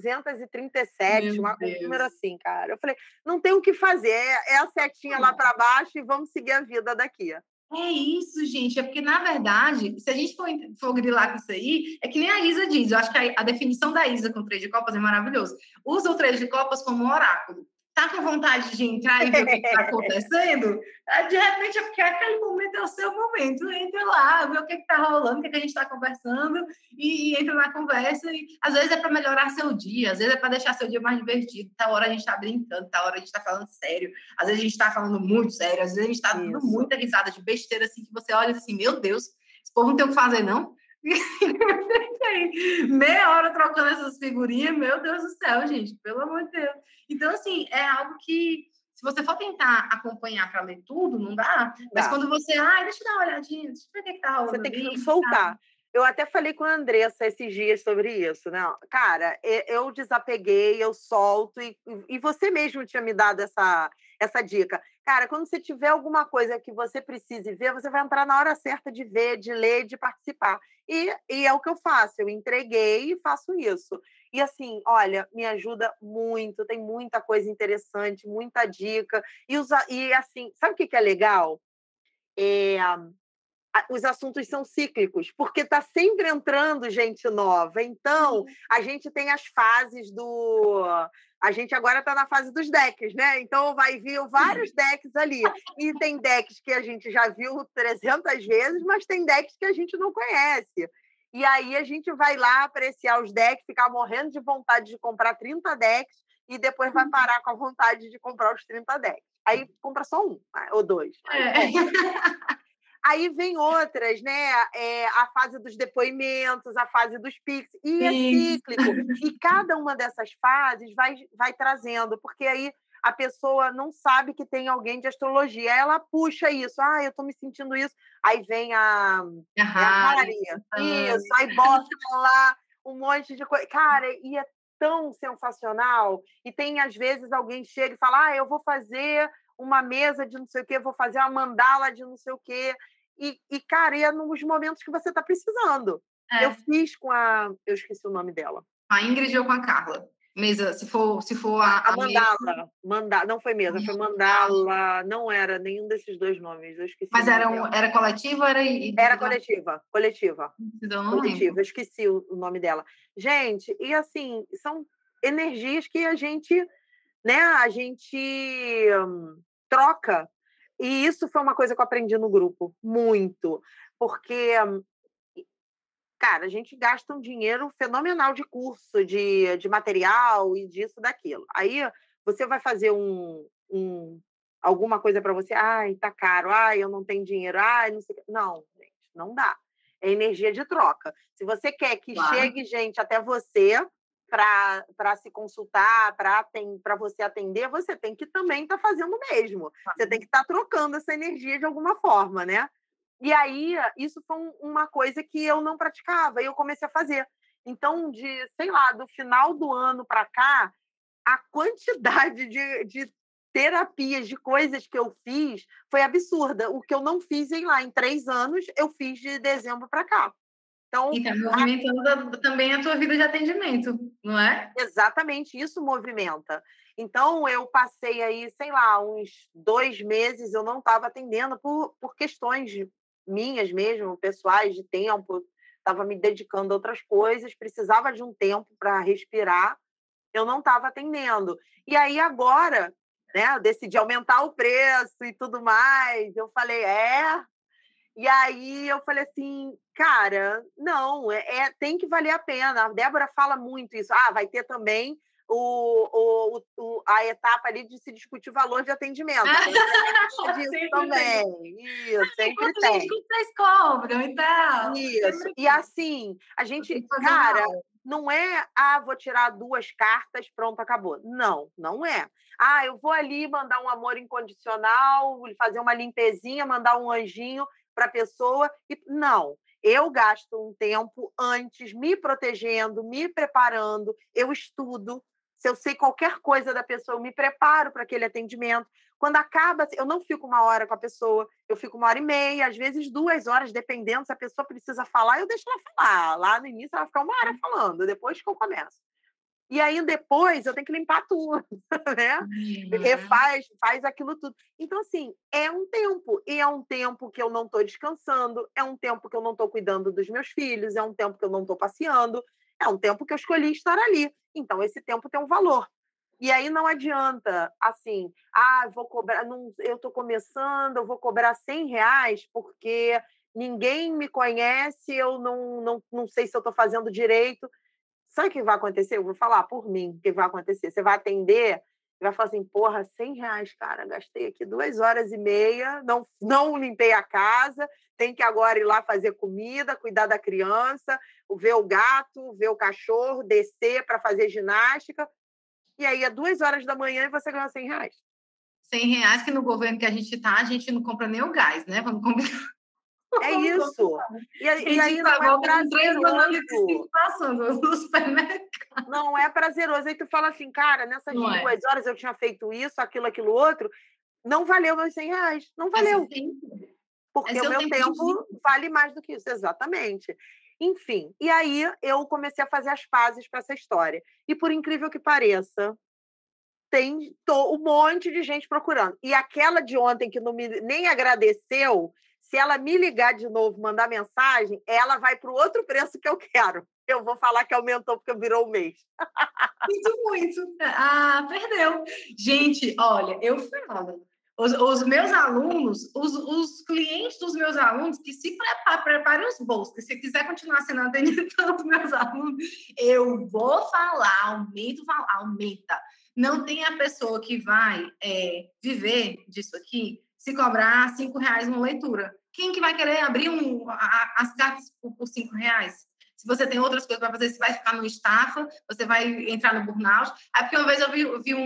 1.237, um número assim, cara. Eu falei, não tem o que fazer, é a setinha lá para baixo e vamos seguir a vida daqui. É isso, gente. É porque, na verdade, se a gente for grilar com isso aí, é que nem a Isa diz. Eu acho que a definição da Isa com o 3 de Copas é maravilhoso. Usa o 3 de Copas como um oráculo. Tá com vontade de entrar e ver o que está acontecendo? De repente, é porque aquele momento é o seu momento. Entra lá, vê o que está rolando, o que a gente está conversando e entra na conversa. E, às vezes é para melhorar seu dia, às vezes é para deixar seu dia mais divertido. Tá hora a gente está brincando, tá hora a gente está falando sério. Às vezes a gente está falando muito sério, às vezes a gente está dando muita risada de besteira, assim, que você olha assim, meu Deus, esse povo não tem o que fazer, não? Meia hora trocando essas figurinhas, meu Deus do céu, gente, pelo amor de Deus. Então, assim, é algo que, se você for tentar acompanhar para ler tudo, não dá. Mas Dá. quando você, deixa eu dar uma olhadinha, deixa eu ver o que tá Você rolando tem que ali, soltar. sabe? Eu até falei com a Andressa esses dias sobre isso, né? Cara, eu desapeguei, eu solto, e você mesmo tinha me dado essa dica. Cara, quando você tiver alguma coisa que você precise ver, você vai entrar na hora certa de ver, de ler, de participar. E é o que eu faço, eu entreguei e faço isso. E assim, olha, me ajuda muito, tem muita coisa interessante, muita dica. E assim, sabe o que é legal? É, os assuntos são cíclicos, porque está sempre entrando gente nova. Então, a gente tem as fases do. A gente agora está na fase dos decks, né? Então, vai vir vários decks ali. E tem decks que a gente já viu 300 vezes, mas tem decks que a gente não conhece. E aí a gente vai lá apreciar os decks, ficar morrendo de vontade de comprar 30 decks e depois vai parar com a vontade de comprar os 30 decks. Aí compra só um ou dois. Aí vem outras, né? A fase dos depoimentos, a fase dos Pix, e é cíclico. E cada uma dessas fases vai trazendo, porque aí a pessoa não sabe que tem alguém de astrologia. Aí ela puxa isso. Eu estou me sentindo isso. Aí vem a Hari. Isso. Aí bota lá um monte de coisa. Cara, e é tão sensacional. E tem, às vezes, alguém chega e fala, eu vou fazer uma mesa de não sei o quê, vou fazer uma mandala de não sei o quê. Cara, é nos momentos que você está precisando. Eu fiz com a... Eu esqueci o nome dela. A Ingrid ou com a Carla? Mesa, se for a mandala. Não foi mesa, foi mandala. Não era nenhum desses dois nomes. Eu esqueci. Mas era coletiva ou era individual? Era coletiva. Eu não lembro. Eu esqueci o nome dela. Gente, e assim, são energias que a gente troca. E isso foi uma coisa que eu aprendi no grupo, muito. Porque, cara, a gente gasta um dinheiro fenomenal de curso, de material e disso, daquilo. Aí você vai fazer alguma coisa para você, tá caro, eu não tenho dinheiro, não sei o quê. Não, gente, não dá. É energia de troca. Se você quer que chegue gente até você para se consultar, para você atender, você tem que também estar fazendo o mesmo. Você tem que estar trocando essa energia de alguma forma, né? E aí, isso foi uma coisa que eu não praticava, e eu comecei a fazer. Então, do final do ano para cá, a quantidade de terapias, de coisas que eu fiz foi absurda. O que eu não fiz em 3 anos, eu fiz de dezembro para cá. Então, e está movimentando também a tua vida de atendimento, não é? Exatamente, isso movimenta. Então, eu passei aí, uns 2 meses, eu não estava atendendo por questões minhas mesmo, pessoais, de tempo, estava me dedicando a outras coisas, precisava de um tempo para respirar, eu não estava atendendo. E aí, agora, né, eu decidi aumentar o preço e tudo mais, eu falei, E aí eu falei assim, cara, não, tem que valer a pena. A Débora fala muito isso. Vai ter também a etapa ali de se discutir o valor de atendimento. Disso também. Isso, sempre tem. Gente, quanto vocês cobram e tal? Isso. E assim, a gente, cara, não é, vou tirar 2 cartas, pronto, acabou. Não, não é. Eu vou ali mandar um amor incondicional, fazer uma limpezinha, mandar um anjinho para a pessoa. Não, eu gasto um tempo antes me protegendo, me preparando, eu estudo. Se eu sei qualquer coisa da pessoa, eu me preparo para aquele atendimento. Quando acaba, eu não fico 1 hora com a pessoa, eu fico 1h30, às vezes 2 horas, dependendo se a pessoa precisa falar, eu deixo ela falar. Lá no início, ela vai ficar 1 hora falando, depois que eu começo. E aí, depois, eu tenho que limpar tudo, né? Faz aquilo tudo. Então, assim, é um tempo. E é um tempo que eu não estou descansando, é um tempo que eu não estou cuidando dos meus filhos, é um tempo que eu não estou passeando, é um tempo que eu escolhi estar ali. Então, esse tempo tem um valor. E aí não adianta, assim, vou cobrar, não, eu estou começando, eu vou cobrar R$100 porque ninguém me conhece, eu não sei se eu estou fazendo direito. Sabe o que vai acontecer? Eu vou falar por mim o que vai acontecer. Você vai atender vai falar assim, porra, R$ 100, cara, gastei aqui 2 horas e meia, não limpei a casa, tem que agora ir lá fazer comida, cuidar da criança, ver o gato, ver o cachorro, descer para fazer ginástica, e aí é 2 horas da manhã e você ganha R$ 100. R$ 100 que no governo que a gente não compra nem o gás, né? Vamos combinar. É isso. E A aí gente não é volta com 3 bananas e 5 prazeroso. passando no supermercado. Não é prazeroso. Aí tu fala assim, cara, nessas Não é. 2 horas eu tinha feito isso, aquilo, outro, não valeu meus R$ 100. Não É seu valeu. tempo. É Porque o seu meu tempo de vida. tempo vale mais do que isso, exatamente. Enfim, e aí eu comecei a fazer as pazes para essa história. E por incrível que pareça, tem um monte de gente procurando. E aquela de ontem que nem agradeceu, se ela me ligar de novo, mandar mensagem, ela vai para o outro preço que eu quero. Eu vou falar que aumentou porque virou o mês. Muito, muito. Ah, perdeu. Gente, olha, eu falo. Os meus alunos, os clientes dos meus alunos, que se preparem os bolsos, que se quiser continuar sendo atendido pelos meus alunos, eu vou falar, aumenta. Não tem a pessoa que vai viver disso aqui se cobrar R$ 5 uma leitura. Quem que vai querer abrir as cartas por R$ 5? Se você tem outras coisas para fazer, você vai ficar no estafa, você vai entrar no burnout. Aí, porque uma vez eu vi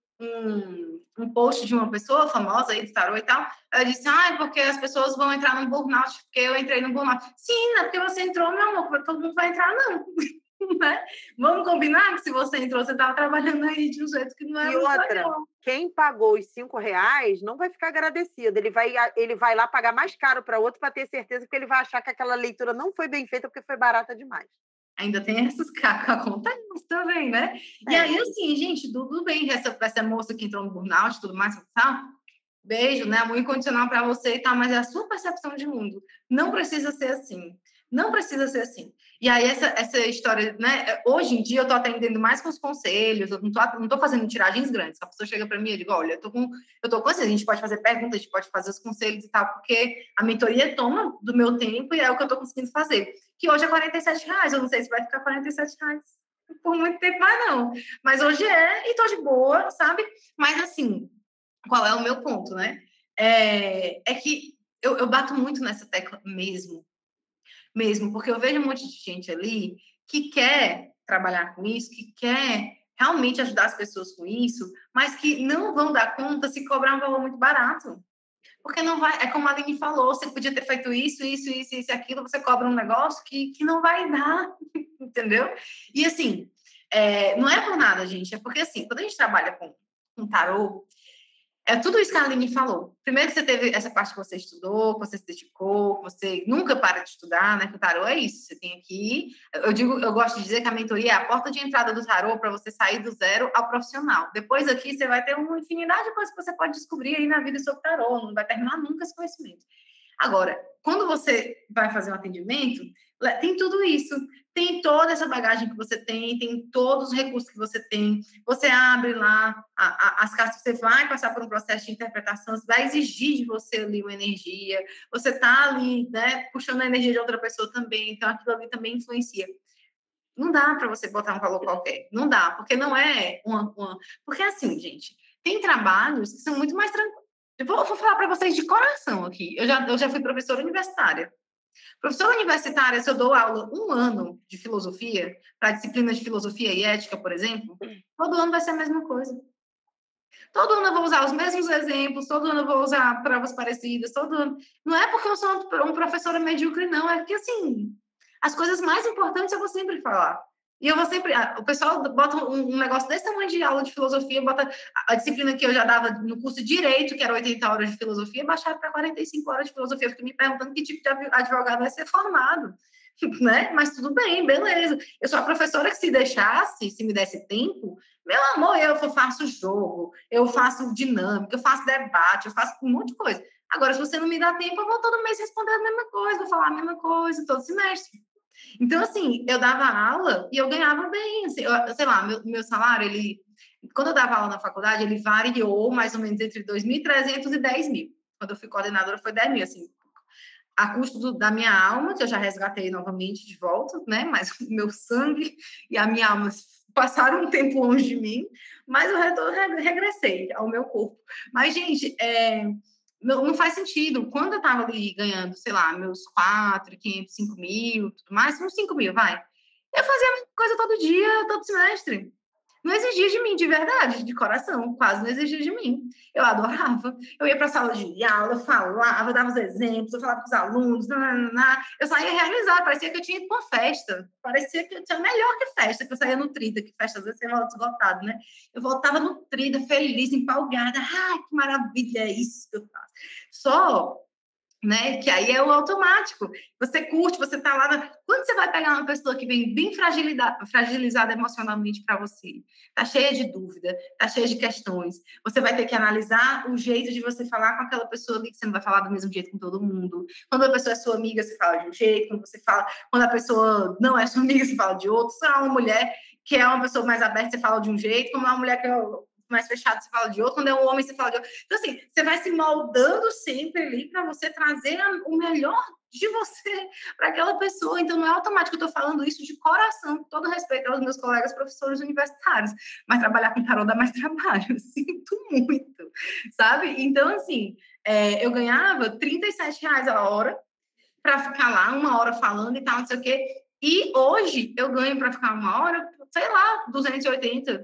um post de uma pessoa famosa aí do tarô e tal, ela disse, porque as pessoas vão entrar no burnout, porque eu entrei no burnout. Sim, não é porque você entrou, meu amor, todo mundo vai entrar, não. Né? Vamos combinar que se você entrou, você estava trabalhando aí de um jeito que não é E muito outra, legal. quem pagou os R$ 5 não vai ficar agradecido. Ele vai lá pagar mais caro para outro para ter certeza que ele vai achar que aquela leitura não foi bem feita porque foi barata demais. Ainda tem essas acontecem também, né? E aí, assim, gente, tudo bem, essa moça que entrou no burnout e tudo mais, tá? Beijo, né? Amor incondicional para você e tal, mas é a sua percepção de mundo. Não precisa ser assim. Não precisa ser assim. E aí, essa história, né? Hoje em dia, eu tô atendendo mais com os conselhos, eu não tô fazendo tiragens grandes. A pessoa chega para mim e eu digo, olha, eu tô com você, a gente pode fazer perguntas, a gente pode fazer os conselhos e tal, porque a mentoria toma do meu tempo e é o que eu tô conseguindo fazer. Que hoje é R$ 47, eu não sei se vai ficar R$ 47 por muito tempo mais não. Mas hoje e tô de boa, sabe? Mas assim, qual é o meu ponto, né? É que eu bato muito nessa tecla mesmo, porque eu vejo um monte de gente ali que quer trabalhar com isso, que quer realmente ajudar as pessoas com isso, mas que não vão dar conta se cobrar um valor muito barato. Porque não vai, é como a Aline falou, você podia ter feito isso, aquilo, você cobra um negócio que não vai dar, entendeu? E assim, não é por nada, gente, é porque assim, quando a gente trabalha com tarô, é tudo isso que a Aline falou. Primeiro que você teve essa parte que você estudou, que você se dedicou, que você nunca para de estudar, né? Que o tarô é isso. Você tem aqui. Eu gosto de dizer que a mentoria é a porta de entrada do tarô para você sair do zero ao profissional. Depois aqui você vai ter uma infinidade de coisas que você pode descobrir aí na vida sobre tarô. Não vai terminar nunca esse conhecimento. Agora, quando você vai fazer um atendimento, tem tudo isso. Tem toda essa bagagem que você tem todos os recursos que você tem. Você abre lá as cartas, você vai passar por um processo de interpretação, você vai exigir de você ali uma energia, você está ali, né, puxando a energia de outra pessoa também, então aquilo ali também influencia. Não dá para você botar um valor qualquer. Não dá, porque não é Porque assim, gente, tem trabalhos que são muito mais tranquilos. Eu vou falar para vocês de coração aqui. Eu já fui professora universitária. Professora universitária, se eu dou aula 1 ano de filosofia, para a disciplina de filosofia e ética, por exemplo, todo ano vai ser a mesma coisa. Todo ano eu vou usar os mesmos exemplos, todo ano eu vou usar provas parecidas, todo ano. Não é porque eu sou uma professora medíocre, não, é porque, assim, as coisas mais importantes eu vou sempre falar. E eu vou sempre. O pessoal bota um negócio desse tamanho de aula de filosofia, bota a disciplina que eu já dava no curso de Direito, que era 80 horas de filosofia, baixaram para 45 horas de filosofia. Eu fico me perguntando que tipo de advogado vai ser formado. Né? Mas tudo bem, beleza. Eu sou a professora que se deixasse, se me desse tempo, meu amor, eu faço jogo, eu faço dinâmica, eu faço debate, eu faço um monte de coisa. Agora, se você não me dá tempo, eu vou todo mês responder a mesma coisa, vou falar a mesma coisa todo semestre. Então, assim, eu dava aula e eu ganhava bem. Assim, sei lá, meu salário, quando eu dava aula na faculdade, ele variou mais ou menos entre 2.300 e 10.000. Quando eu fui coordenadora, foi 10.000, assim, a custo da minha alma, que eu já resgatei novamente de volta, né? Mas o meu sangue e a minha alma passaram um tempo longe de mim, mas eu regressei ao meu corpo. Mas, gente, não faz sentido. Quando eu estava ali ganhando, sei lá, meus 4.500, 5.000, tudo mais, uns 5.000, vai. Eu fazia a mesma coisa todo dia, todo semestre. Não exigia de mim, de verdade, de coração, quase não exigia de mim. Eu adorava. Eu ia para a sala de aula, eu falava, eu dava os exemplos, eu falava com os alunos, eu saía realizada, parecia que eu tinha ido para uma festa, parecia que eu tinha melhor que festa, que eu saía nutrida, que festa às vezes você volta esgotado, né? Eu voltava nutrida, feliz, empolgada, que maravilha, é isso que eu faço. Só, né, que aí é o automático. Você curte, você tá lá. Quando você vai pegar uma pessoa que vem bem fragilizada emocionalmente para você, tá cheia de dúvida, tá cheia de questões, você vai ter que analisar o jeito de você falar com aquela pessoa ali, que você não vai falar do mesmo jeito com todo mundo. Quando a pessoa é sua amiga, você fala de um jeito. Quando a pessoa não é sua amiga, você fala de outro. Se é uma mulher que é uma pessoa mais aberta, você fala de um jeito. Como é uma mulher que é mais fechado, você fala de outro. Quando é um homem, você fala de outro. Então, assim, você vai se moldando sempre ali para você trazer o melhor de você para aquela pessoa. Então, não é automático. Eu estou falando isso de coração, com todo respeito aos meus colegas professores universitários. Mas trabalhar com tarô dá mais trabalho. Eu sinto muito, sabe? Então, assim, eu ganhava R$37 a hora para ficar lá 1 hora falando e tal, não sei o quê. E hoje eu ganho para ficar 1 hora, sei lá, 280,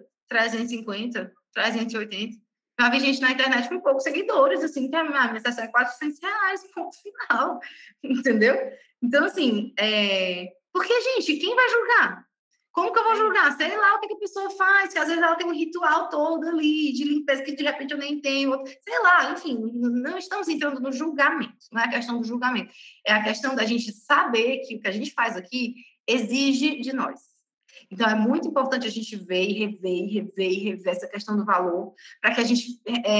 350, 380. Já vi gente na internet com poucos seguidores, assim, que a minha sessão é R$400, ponto final. Entendeu? Então, assim, porque, gente, quem vai julgar? Como que eu vou julgar? Sei lá o que a pessoa faz, que às vezes ela tem um ritual todo ali de limpeza que de repente eu nem tenho. Sei lá, enfim, não estamos entrando no julgamento, não é a questão do julgamento. É a questão da gente saber que o que a gente faz aqui exige de nós. Então, é muito importante a gente ver e rever essa questão do valor para que a gente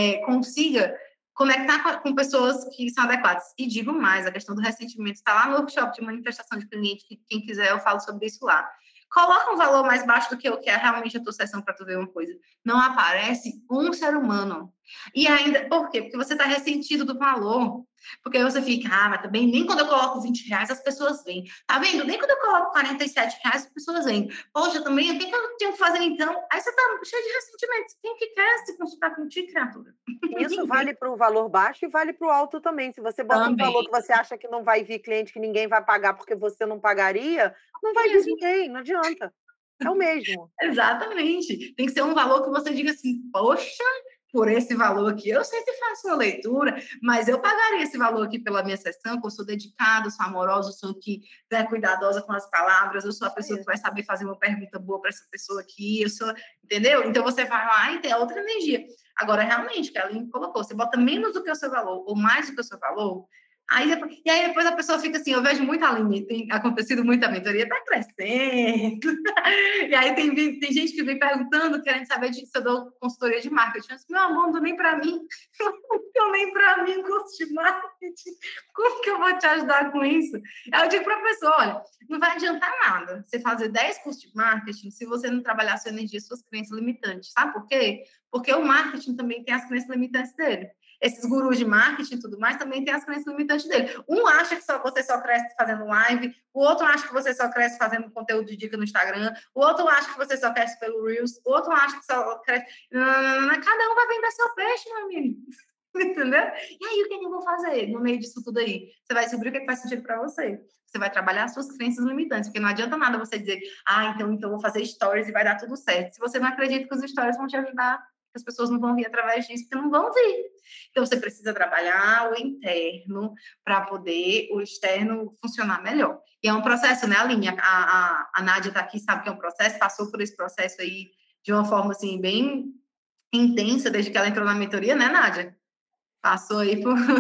consiga conectar com pessoas que são adequadas. E digo mais, a questão do ressentimento está lá no workshop de manifestação de cliente, que quem quiser eu falo sobre isso lá. Coloca um valor mais baixo do que o que é realmente a tua sessão para tu ver uma coisa. Não aparece um ser humano. E ainda, por quê? Porque você está ressentido do valor. Porque aí você fica, mas também nem quando eu coloco R$20 as pessoas vêm. Tá vendo? Nem quando eu coloco R$47 as pessoas vêm. Poxa, também, o que eu tenho que fazer então? Aí você tá cheio de ressentimento. Quem que quer se consultar contigo, criatura? Isso vale para o valor baixo e vale para o alto também. Se você bota um valor que você acha que não vai vir cliente, que ninguém vai pagar porque você não pagaria, não vai vir ninguém, não adianta. É o mesmo. Exatamente. Tem que ser um valor que você diga assim, poxa, por esse valor aqui, eu sempre faço uma leitura, mas eu pagaria esse valor aqui pela minha sessão, que eu sou dedicada, sou amorosa, eu sou que cuidadosa com as palavras, eu sou a pessoa que vai saber fazer uma pergunta boa para essa pessoa aqui, eu sou, entendeu? Então você vai lá e tem outra energia. Agora, realmente, que a Aline colocou, você bota menos do que o seu valor ou mais do que o seu valor, e aí depois a pessoa fica assim, eu vejo muito a Aline, tem acontecido muita mentoria, tá crescendo. E aí tem gente que vem perguntando, querendo saber se eu dou consultoria de marketing. Eu disse, meu amor, não dou nem para mim. Eu nem para mim curso de marketing. Como que eu vou te ajudar com isso? Aí eu digo para a pessoa, olha, não vai adiantar nada você fazer 10 cursos de marketing se você não trabalhar sua energia, suas crenças limitantes. Sabe por quê? Porque o marketing também tem as crenças limitantes dele. Esses gurus de marketing e tudo mais também tem as crenças limitantes dele. Um acha que você só cresce fazendo live, o outro acha que você só cresce fazendo conteúdo de dica no Instagram, o outro acha que você só cresce pelo Reels, o outro acha que só cresce... Cada um vai vender seu peixe, meu amigo. Entendeu? E aí, o que eu vou fazer no meio disso tudo aí? Você vai descobrir o que faz sentido para você. Você vai trabalhar as suas crenças limitantes, porque não adianta nada você dizer, então eu vou fazer stories e vai dar tudo certo. Se você não acredita que os stories vão te ajudar, as pessoas não vão vir através disso, porque não vão vir. Então, você precisa trabalhar o interno para poder o externo funcionar melhor. E é um processo, né, Aline? A Nádia está aqui, sabe que é um processo, passou por esse processo aí de uma forma, assim, bem intensa, desde que ela entrou na mentoria, né, Nádia? Passou aí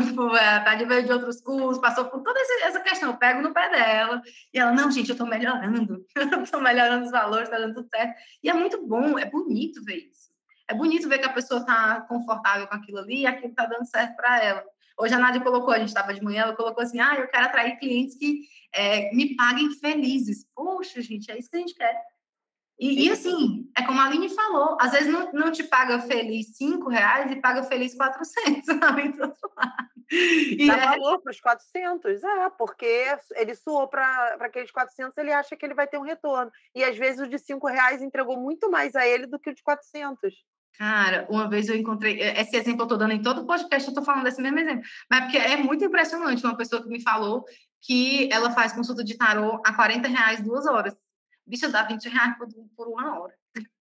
tá de ver de outros cursos, passou por toda essa questão, eu pego no pé dela, e ela, não, gente, eu tô melhorando, tô melhorando os valores, tá dando tudo certo. E é muito bom, é bonito ver isso. É bonito ver que a pessoa está confortável com aquilo ali e aquilo está dando certo para ela. Hoje a Nádia colocou, a gente estava de manhã, ela colocou assim, eu quero atrair clientes que me paguem felizes. Poxa, gente, é isso que a gente quer. E assim, é como a Aline falou, às vezes não te paga feliz R$5 e paga feliz 400 ali do outro lado. E Dá valor para os 400, porque ele suou para aqueles 400, ele acha que ele vai ter um retorno. E às vezes o de R$ 5 entregou muito mais a ele do que o de 400. Cara, uma vez eu encontrei, esse exemplo eu estou dando em todo o podcast, eu estou falando desse mesmo exemplo, mas porque é muito impressionante uma pessoa que me falou que ela faz consulta de tarô a R$ 40 2 horas. Bicho, dá R$ 20 por 1 hora.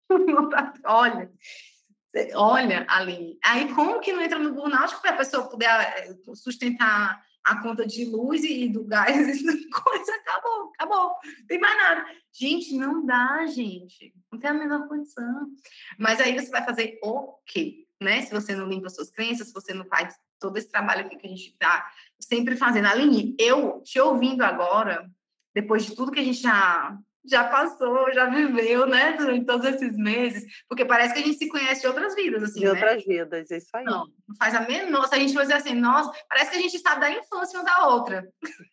Olha, Aline, aí como que não entra no burnout para a pessoa poder sustentar a conta de luz e do gás e coisa? Acabou, não tem mais nada. Gente, não dá, gente. Não tem a menor condição. Mas aí você vai fazer o quê? Né? Se você não limpa suas crenças, se você não faz todo esse trabalho aqui que a gente está sempre fazendo. Aline, eu te ouvindo agora, depois de tudo que a gente já passou, já viveu, né, durante todos esses meses, porque parece que a gente se conhece de outras vidas, assim, de outras vidas, é isso aí. Não faz a menor, se a gente for dizer assim, nossa, parece que a gente sabe da infância uma da outra.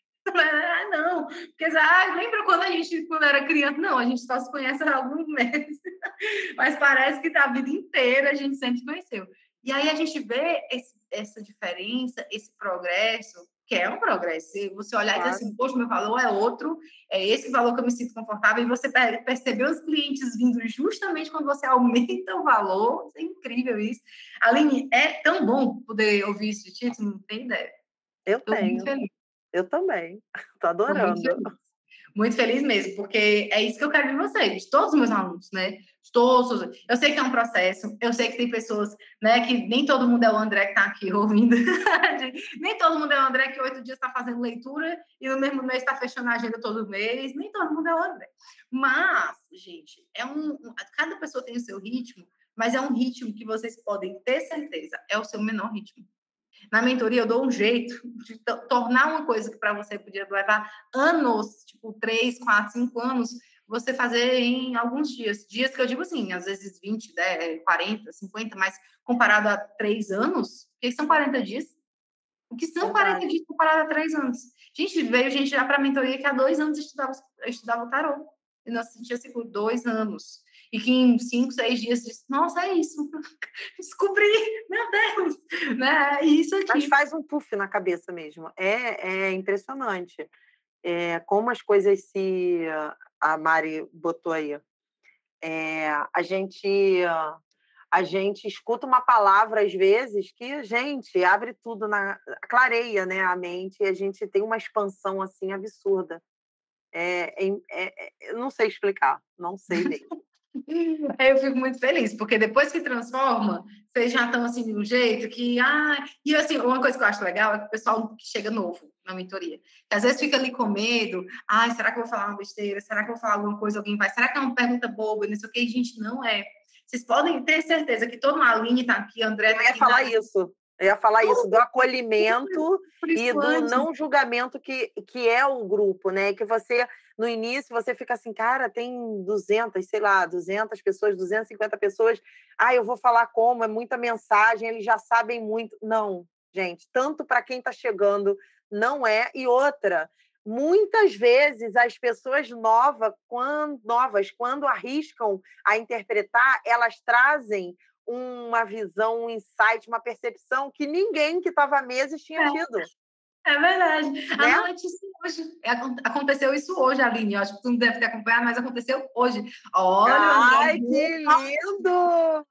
Não, porque lembra quando a gente, quando era criança? Não, a gente só se conhece há alguns meses, mas parece que a vida inteira a gente sempre se conheceu. E aí a gente vê essa diferença, esse progresso, que é um progresso. Se você olhar e dizer assim, poxa, meu valor é outro, é esse valor que eu me sinto confortável, e você perceber os clientes vindo justamente quando você aumenta o valor, é incrível isso. Aline, é tão bom poder ouvir isso de ti, tu não tem ideia. Eu tenho. Eu também. Estou adorando. Muito feliz mesmo, porque é isso que eu quero de vocês, de todos os meus alunos, né? De todos. Eu sei que é um processo, eu sei que tem pessoas, né, que nem todo mundo é o André que está aqui ouvindo. Nem todo mundo é o André que 8 dias está fazendo leitura e no mesmo mês está fechando a agenda todo mês. Nem todo mundo é o André. Mas, gente, cada pessoa tem o seu ritmo, mas é um ritmo que vocês podem ter certeza, é o seu menor ritmo. Na mentoria, eu dou um jeito de tornar uma coisa que para você podia levar anos, tipo 3, 4, 5 anos, você fazer em alguns dias. Dias que eu digo assim, às vezes 20, 10, 40, 50, mas comparado a 3 anos, o que são 40 dias? O que são 40 dias comparado a 3 anos? Veio gente já para a mentoria que há 2 anos estudava o tarô. E nós sentíamos assim por 2 anos. E que em 5, 6 dias disse, nossa, é isso. Descobri, meu Deus. Né? É isso aqui. Mas faz um puff na cabeça mesmo. É impressionante. Como as coisas se... A Mari botou aí. A gente escuta uma palavra, às vezes, que, gente, abre tudo, clareia, né, a mente, e a gente tem uma expansão, assim, absurda. Eu não sei explicar, não sei mesmo. Eu fico muito feliz, porque depois que transforma, vocês já estão assim de um jeito que... E assim, uma coisa que eu acho legal é que o pessoal que chega novo na mentoria, que às vezes fica ali com medo, será que eu vou falar uma besteira? Será que eu vou falar alguma coisa, alguém vai? Será que é uma pergunta boba? Não sei o que, gente, não é. Vocês podem ter certeza que toda uma Aline está aqui, André está aqui. Eu ia falar isso, do acolhimento e do não julgamento que é o grupo, né? Que você, no início, você fica assim, cara, tem 200, sei lá, 200 pessoas, 250 pessoas. Eu vou falar como? É muita mensagem, eles já sabem muito. Não, gente, tanto para quem está chegando, não é. E outra, muitas vezes as pessoas novas, quando arriscam a interpretar, elas trazem uma visão, um insight, uma percepção que ninguém que estava há meses tinha tido. É verdade. Né? A Letícia hoje. Aconteceu isso hoje, Aline. Eu acho que tu não deve ter acompanhado, mas aconteceu hoje. Olha, ai, que lindo!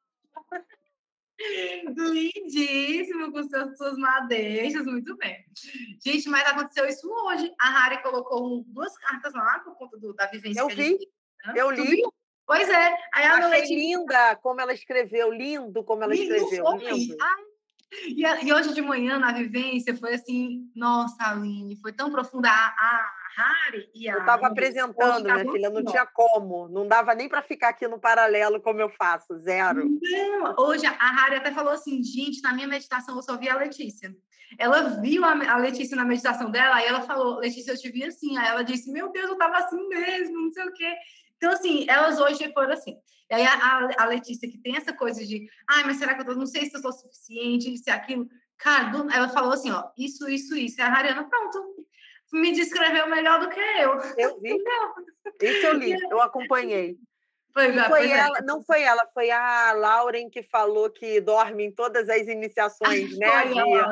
Lindíssimo, com suas madeixas, muito bem. Gente, mas aconteceu isso hoje. A Harry colocou 2 cartas lá por conta da vivência que a gente teve. Eu li. Pois é. Aí eu achei linda como ela escreveu, lindo como ela escreveu. Lindo. E hoje de manhã, na vivência, foi assim, nossa, Aline, foi tão profunda. A Harry e a... Eu estava apresentando, minha filha, não tinha como. Não dava nem para ficar aqui no paralelo como eu faço, zero. Não, hoje a Harry até falou assim, gente, na minha meditação eu só vi a Letícia. Ela viu a Letícia na meditação dela, aí ela falou, Letícia, eu te vi assim. Aí ela disse, meu Deus, eu estava assim mesmo, não sei o quê. Então, assim, elas hoje foram assim. E aí a Letícia, que tem essa coisa de, mas será que eu não sei se eu sou suficiente, se aquilo... Cara, ela falou assim, ó, isso. E a Hariana, pronto, me descreveu melhor do que eu. Eu vi. Isso eu li, eu acompanhei. Não foi ela, foi a Lauren que falou que dorme em todas as iniciações, né?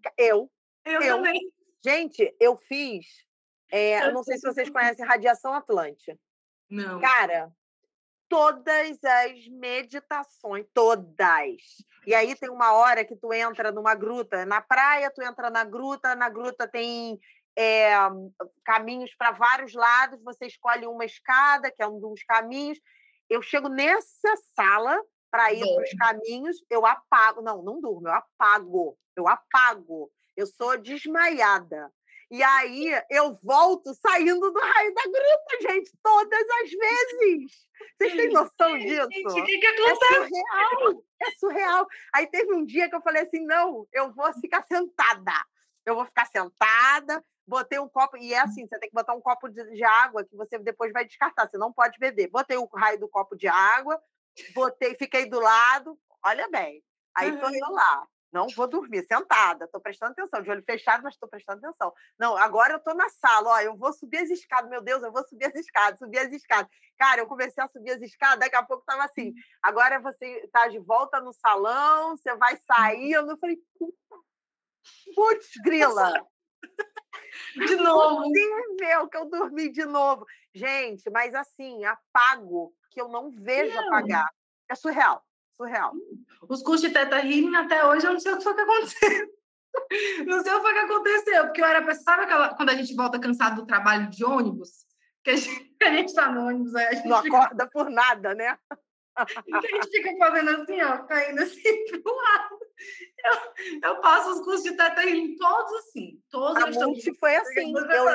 Eu também. Gente, eu fiz, eu Eu não sei se sempre vocês fiz. conhecem Radiação Atlântica. Não. Cara, todas as meditações, todas. E aí tem uma hora que tu entra numa gruta, na praia tu entra na gruta tem caminhos para vários lados, você escolhe uma escada, que é um dos caminhos. Eu chego nessa sala para ir para os caminhos, eu apago. Não durmo, eu apago. Eu sou desmaiada. E aí eu volto saindo do raio da gruta, gente, todas as vezes. Vocês têm noção disso? Gente, o que É acontece? surreal, é surreal. Aí teve um dia que eu falei assim, não, eu vou ficar sentada. Eu vou ficar sentada, botei um copo, e é assim, você tem que botar um copo de água que você depois vai descartar, você não pode beber. Botei o raio do copo de água, fiquei do lado, olha bem. Aí tô eu lá. Não vou dormir, sentada, estou prestando atenção, de olho fechado, mas estou prestando atenção. Não, agora eu estou na sala, ó, eu vou subir as escadas, meu Deus, eu vou subir as escadas. Cara, eu comecei a subir as escadas, daqui a pouco estava assim, agora você está de volta no salão, você vai saindo. Eu falei, putz, grila. De novo. Possível que eu dormi de novo. Gente, mas assim, apago, que eu não vejo apagar. É surreal. Os cursos de Theta Healing até hoje eu não sei o que foi que aconteceu. Não sei o que foi que aconteceu, porque eu era pessoa, sabe quando a gente volta cansado do trabalho de ônibus? Que a gente tá no ônibus, aí a gente não acorda por nada, né? que a gente fica fazendo assim, ó, caindo assim pro lado. Eu passo os cursos de Theta Healing todos assim, todos A Multi foi assim,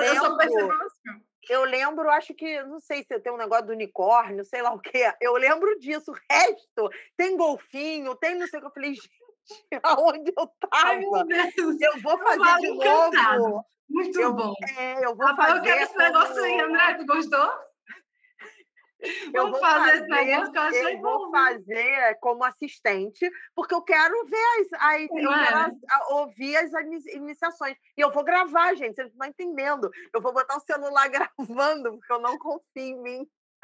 eu lembro, acho que, não sei se tem um negócio do unicórnio, sei lá o quê. Eu lembro disso. O resto, tem golfinho, tem não sei o que. Eu falei, gente, aonde eu tava? Eu vou fazer de novo. Cansado. Muito bom. Eu vou fazer. Eu quero esse negócio aí, André. Tu gostou? Vamos fazer esse negócio que eu achei bom. Eu vou fazer como assistente, porque eu quero ver ouvir as iniciações. E eu vou gravar, gente, vocês não estão entendendo. Eu vou botar o celular gravando, porque eu não confio em mim.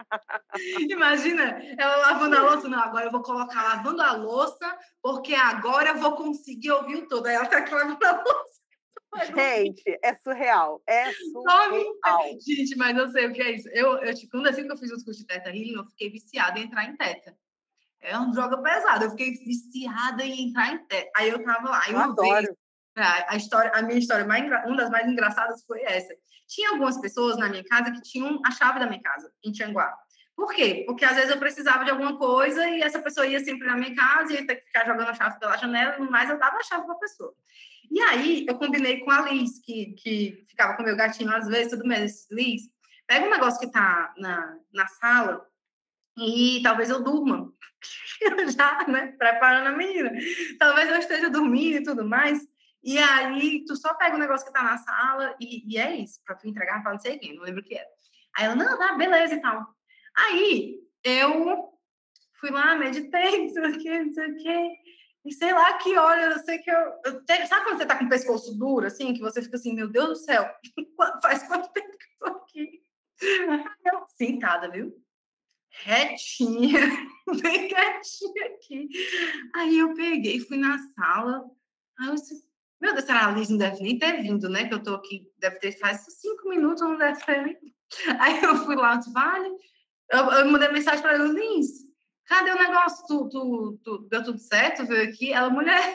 Imagina, ela lavando a louça. Não, agora eu vou colocar lavando a louça, porque agora eu vou conseguir ouvir o todo. Aí ela tá lavando a louça. Gente, é surreal. É surreal. Gente, mas eu sei o que é isso. Quando assim que eu fiz os cursos de Theta Healing, eu fiquei viciada em entrar em Theta. É uma droga pesada. Eu fiquei viciada em entrar em Theta. Aí eu tava lá. Eu adoro. A minha história, uma das mais engraçadas foi essa. Tinha algumas pessoas na minha casa que tinham a chave da minha casa, em Tianguá. Por quê? Porque às vezes eu precisava de alguma coisa e essa pessoa ia sempre na minha casa e ia ter que ficar jogando a chave pela janela, mas eu dava a chave para a pessoa. E aí, eu combinei com a Liz, que ficava com o meu gatinho às vezes, tudo mais. Liz, pega um negócio que tá na sala e talvez eu durma. Já, né? Preparando a menina. Talvez eu esteja dormindo e tudo mais. E aí, tu só pega o negócio que tá na sala e é isso, pra tu entregar pra não sei quem, não lembro o que era. Aí ela, não, tá, beleza e tal. Aí, eu fui lá, meditei, não sei o quê. E sei lá que hora, eu sei que sabe quando você tá com o pescoço duro, assim, que você fica assim, meu Deus do céu, faz quanto tempo que eu tô aqui? Eu, sentada, viu? Retinha, bem quietinha aqui. Aí eu peguei, fui na sala, aí eu disse, meu Deus, será a Liz não deve nem ter vindo, né? Que eu tô aqui, deve ter faz 5 minutos, não deve ter nem. Aí eu fui lá, disse, vale. Eu mandei mensagem para ela, Liz, cadê o negócio? Deu tudo certo? Veio aqui? Ela, mulher,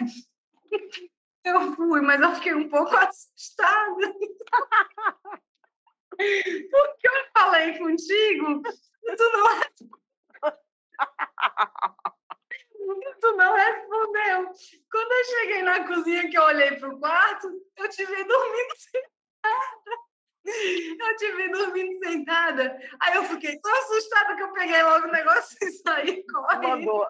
eu fui, mas eu fiquei um pouco assustada. Porque eu falei contigo, tu não respondeu. Quando eu cheguei na cozinha, que eu olhei pro quarto, eu te vi dormindo sentada. Aí eu fiquei tão assustada que eu peguei logo o negócio e saí correndo.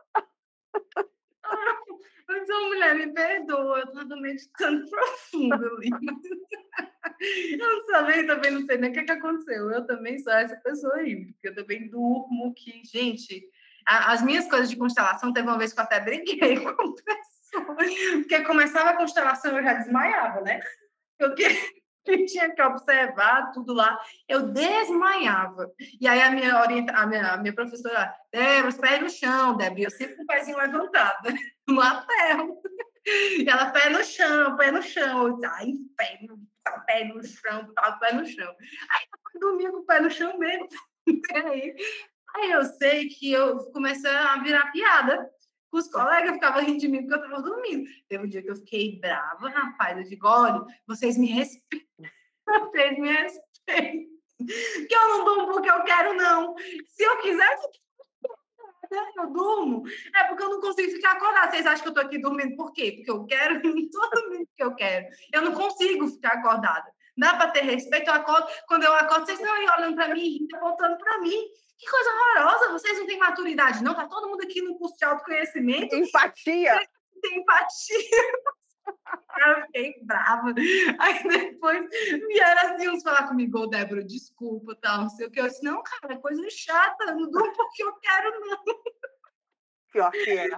Mas, mulher, me perdoa, eu tava meditando profundo ali. Eu também não sei nem o que aconteceu. Eu também sou essa pessoa aí, porque eu também durmo que, gente, as minhas coisas de constelação, teve uma vez que eu até briguei com a pessoa, porque começava a constelação, eu já desmaiava, né? Porque tinha que observar tudo lá, eu desmaiava. E aí a minha professora, Débora, os pés no chão, Débora, eu sempre com o pezinho levantado, no terra. E ela, pé no chão, pé no chão. Eu disse, ai, pé no chão, pé no chão. Aí eu dormia com o pé no chão mesmo. Aí eu sei que eu comecei a virar piada. Os colegas ficavam rindo de mim porque eu estava dormindo. Teve um dia que eu fiquei brava, rapaz. Eu digo, olha, vocês me respeitam. Vocês me respeitam. Que eu não durmo porque eu quero, não. Se eu quiser, eu durmo. É porque eu não consigo ficar acordada. Vocês acham que eu estou aqui dormindo por quê? Porque eu quero? Eu não estou dormindo porque eu quero. Eu não consigo ficar acordada. Dá para ter respeito? Eu acordo, quando eu acordo, vocês estão aí olhando para mim, rindo, apontando para mim. Que coisa horrorosa. Vocês não têm maturidade, não? Tá todo mundo aqui no curso de autoconhecimento. Empatia. Vocês não têm empatia. Eu fiquei brava. Aí depois vieram assim uns falar comigo, Débora, desculpa, tal, não sei o que. Eu disse, não, cara, é coisa chata, eu não durmo porque eu quero, não. Pior que é.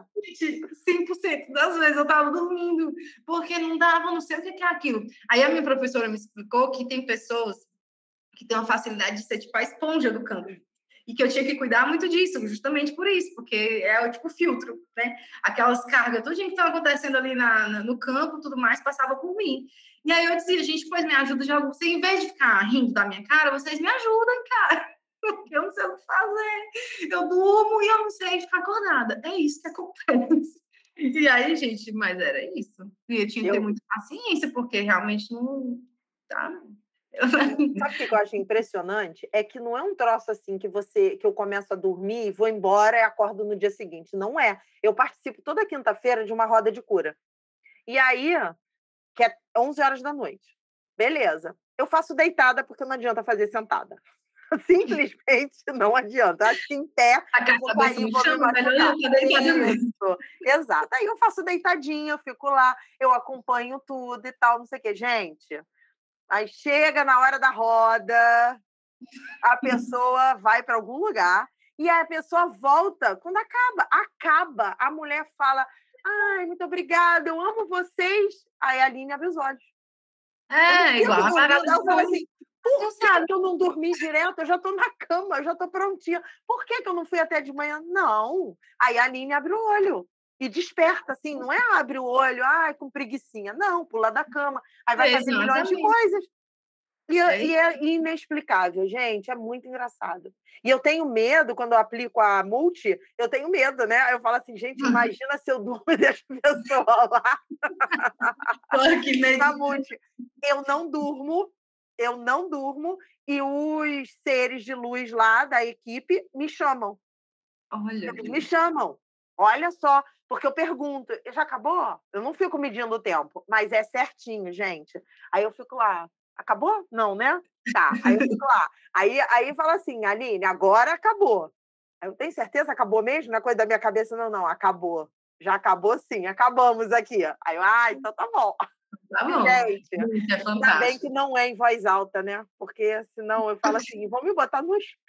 5% das vezes eu tava dormindo, porque não dava, não sei o que é aquilo. Aí a minha professora me explicou que tem pessoas que têm uma facilidade de ser tipo a esponja do campo. E que eu tinha que cuidar muito disso, justamente por isso, porque é o tipo filtro, né? Aquelas cargas, tudo que estava acontecendo ali no campo, tudo mais, passava por mim. E aí eu dizia, gente, pois me ajuda de algo. Você, em vez de ficar rindo da minha cara, vocês me ajudam, cara. Porque eu não sei o que fazer. Eu durmo e eu não sei ficar acordada. É isso que acontece. E aí, gente, mas era isso. E eu tinha que ter muita paciência, porque realmente não... Tá? Sabe o que eu acho impressionante? É que não é um troço assim que eu começo a dormir, vou embora e acordo no dia seguinte. Não é. Eu participo toda quinta-feira de uma roda de cura. E aí, que é 11 horas da noite. Beleza. Eu faço deitada porque não adianta fazer sentada. Simplesmente não adianta. Acho que em pé eu vou cair, vou me machucar. Isso. Exato. Aí eu faço deitadinha, eu fico lá, eu acompanho tudo e tal, não sei o quê. Gente... Aí chega na hora da roda, a pessoa vai para algum lugar e a pessoa volta. Quando acaba, a mulher fala: ai, muito obrigada, eu amo vocês. Aí a Aline abre os olhos. Igual. Eu falo assim, por que eu não dormi direto? Eu já estou na cama, eu já estou prontinha. Por que eu não fui até de manhã? Não. Aí a Aline abre o olho. E desperta, assim, não é abre o olho, com preguicinha. Não, pula da cama. Aí vai fazer milhões de coisas. E é inexplicável, gente, é muito engraçado. E eu tenho medo, quando eu aplico a multi, eu tenho medo, né? Eu falo assim, gente, imagina se eu durmo e deixo a pessoa lá. Na multi. Eu não durmo, e os seres de luz lá da equipe me chamam. Eles me chamam. Olha só, porque eu pergunto, já acabou? Eu não fico medindo o tempo, mas é certinho, gente. Aí eu fico lá, acabou? Não, né? Tá, aí eu fico lá. Aí fala assim, Aline, agora acabou. Aí eu tenho certeza, acabou mesmo? Não é coisa da minha cabeça, não, acabou. Já acabou sim, acabamos aqui. Aí eu, então tá bom. Tá bom. Gente, é ainda bem que não é em voz alta, né? Porque senão eu falo assim, vão me botar no hospício.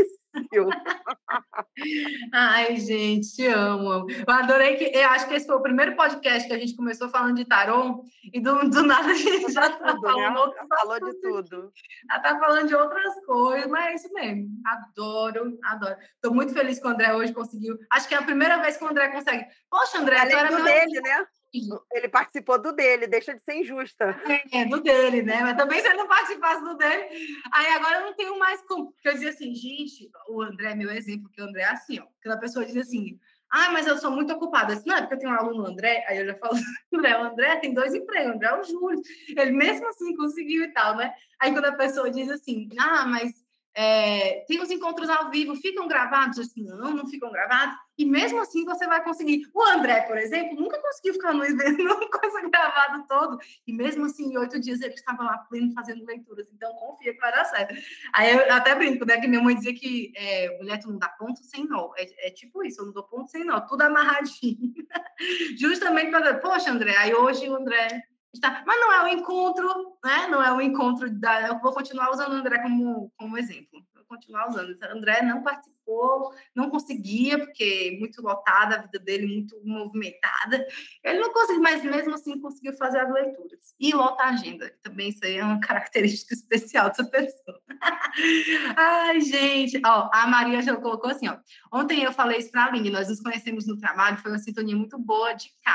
Ai, gente, te amo. Eu adorei que... Eu acho que esse foi o primeiro podcast que a gente começou falando de tarô e do nada a gente já tá falando, né? Falou de tudo. Já tá falando de outras coisas, mas é isso mesmo. Adoro. Estou muito feliz que o André hoje conseguiu. Acho que é a primeira vez que o André consegue. Poxa, André, tu era dele, né? Ele participou do dele, deixa de ser injusta. Do dele, né? Mas também se ele não participasse do dele, aí agora eu não tenho mais como. Porque eu dizia assim, gente, o André é meu exemplo, porque o André é assim, ó. Quando a pessoa diz assim, mas eu sou muito ocupada. Eu disse, não, é porque eu tenho um aluno, André, aí eu já falo, o André tem 2 empregos, o André é o Júlio. Ele mesmo assim conseguiu e tal, né? Aí quando a pessoa diz assim, mas tem os encontros ao vivo, ficam gravados? Assim, não ficam gravados. E mesmo assim você vai conseguir. O André, por exemplo, nunca conseguiu ficar no evento, não coisa gravado todo. E mesmo assim, em 8 dias ele estava lá pleno fazendo leituras. Então, confia que vai dar certo. Aí eu até brinco, né? Que minha mãe dizia que mulher, tu não dá ponto sem nó. É tipo isso, eu não dou ponto sem nó, tudo amarradinho. Justamente para dizer, poxa, André, aí hoje o André está. Mas não é o encontro, né? Não é o encontro da. Eu vou continuar usando o André como exemplo. Vou continuar usando. O André não participou, não conseguia, porque muito lotada, a vida dele muito movimentada. Ele não conseguiu, mas mesmo assim conseguiu fazer as leituras. E lota a agenda. Também isso aí é uma característica especial dessa pessoa. Ai, gente. A Maria já colocou assim, Ontem eu falei isso para a Aline, nós nos conhecemos no trabalho, foi uma sintonia muito boa de cara.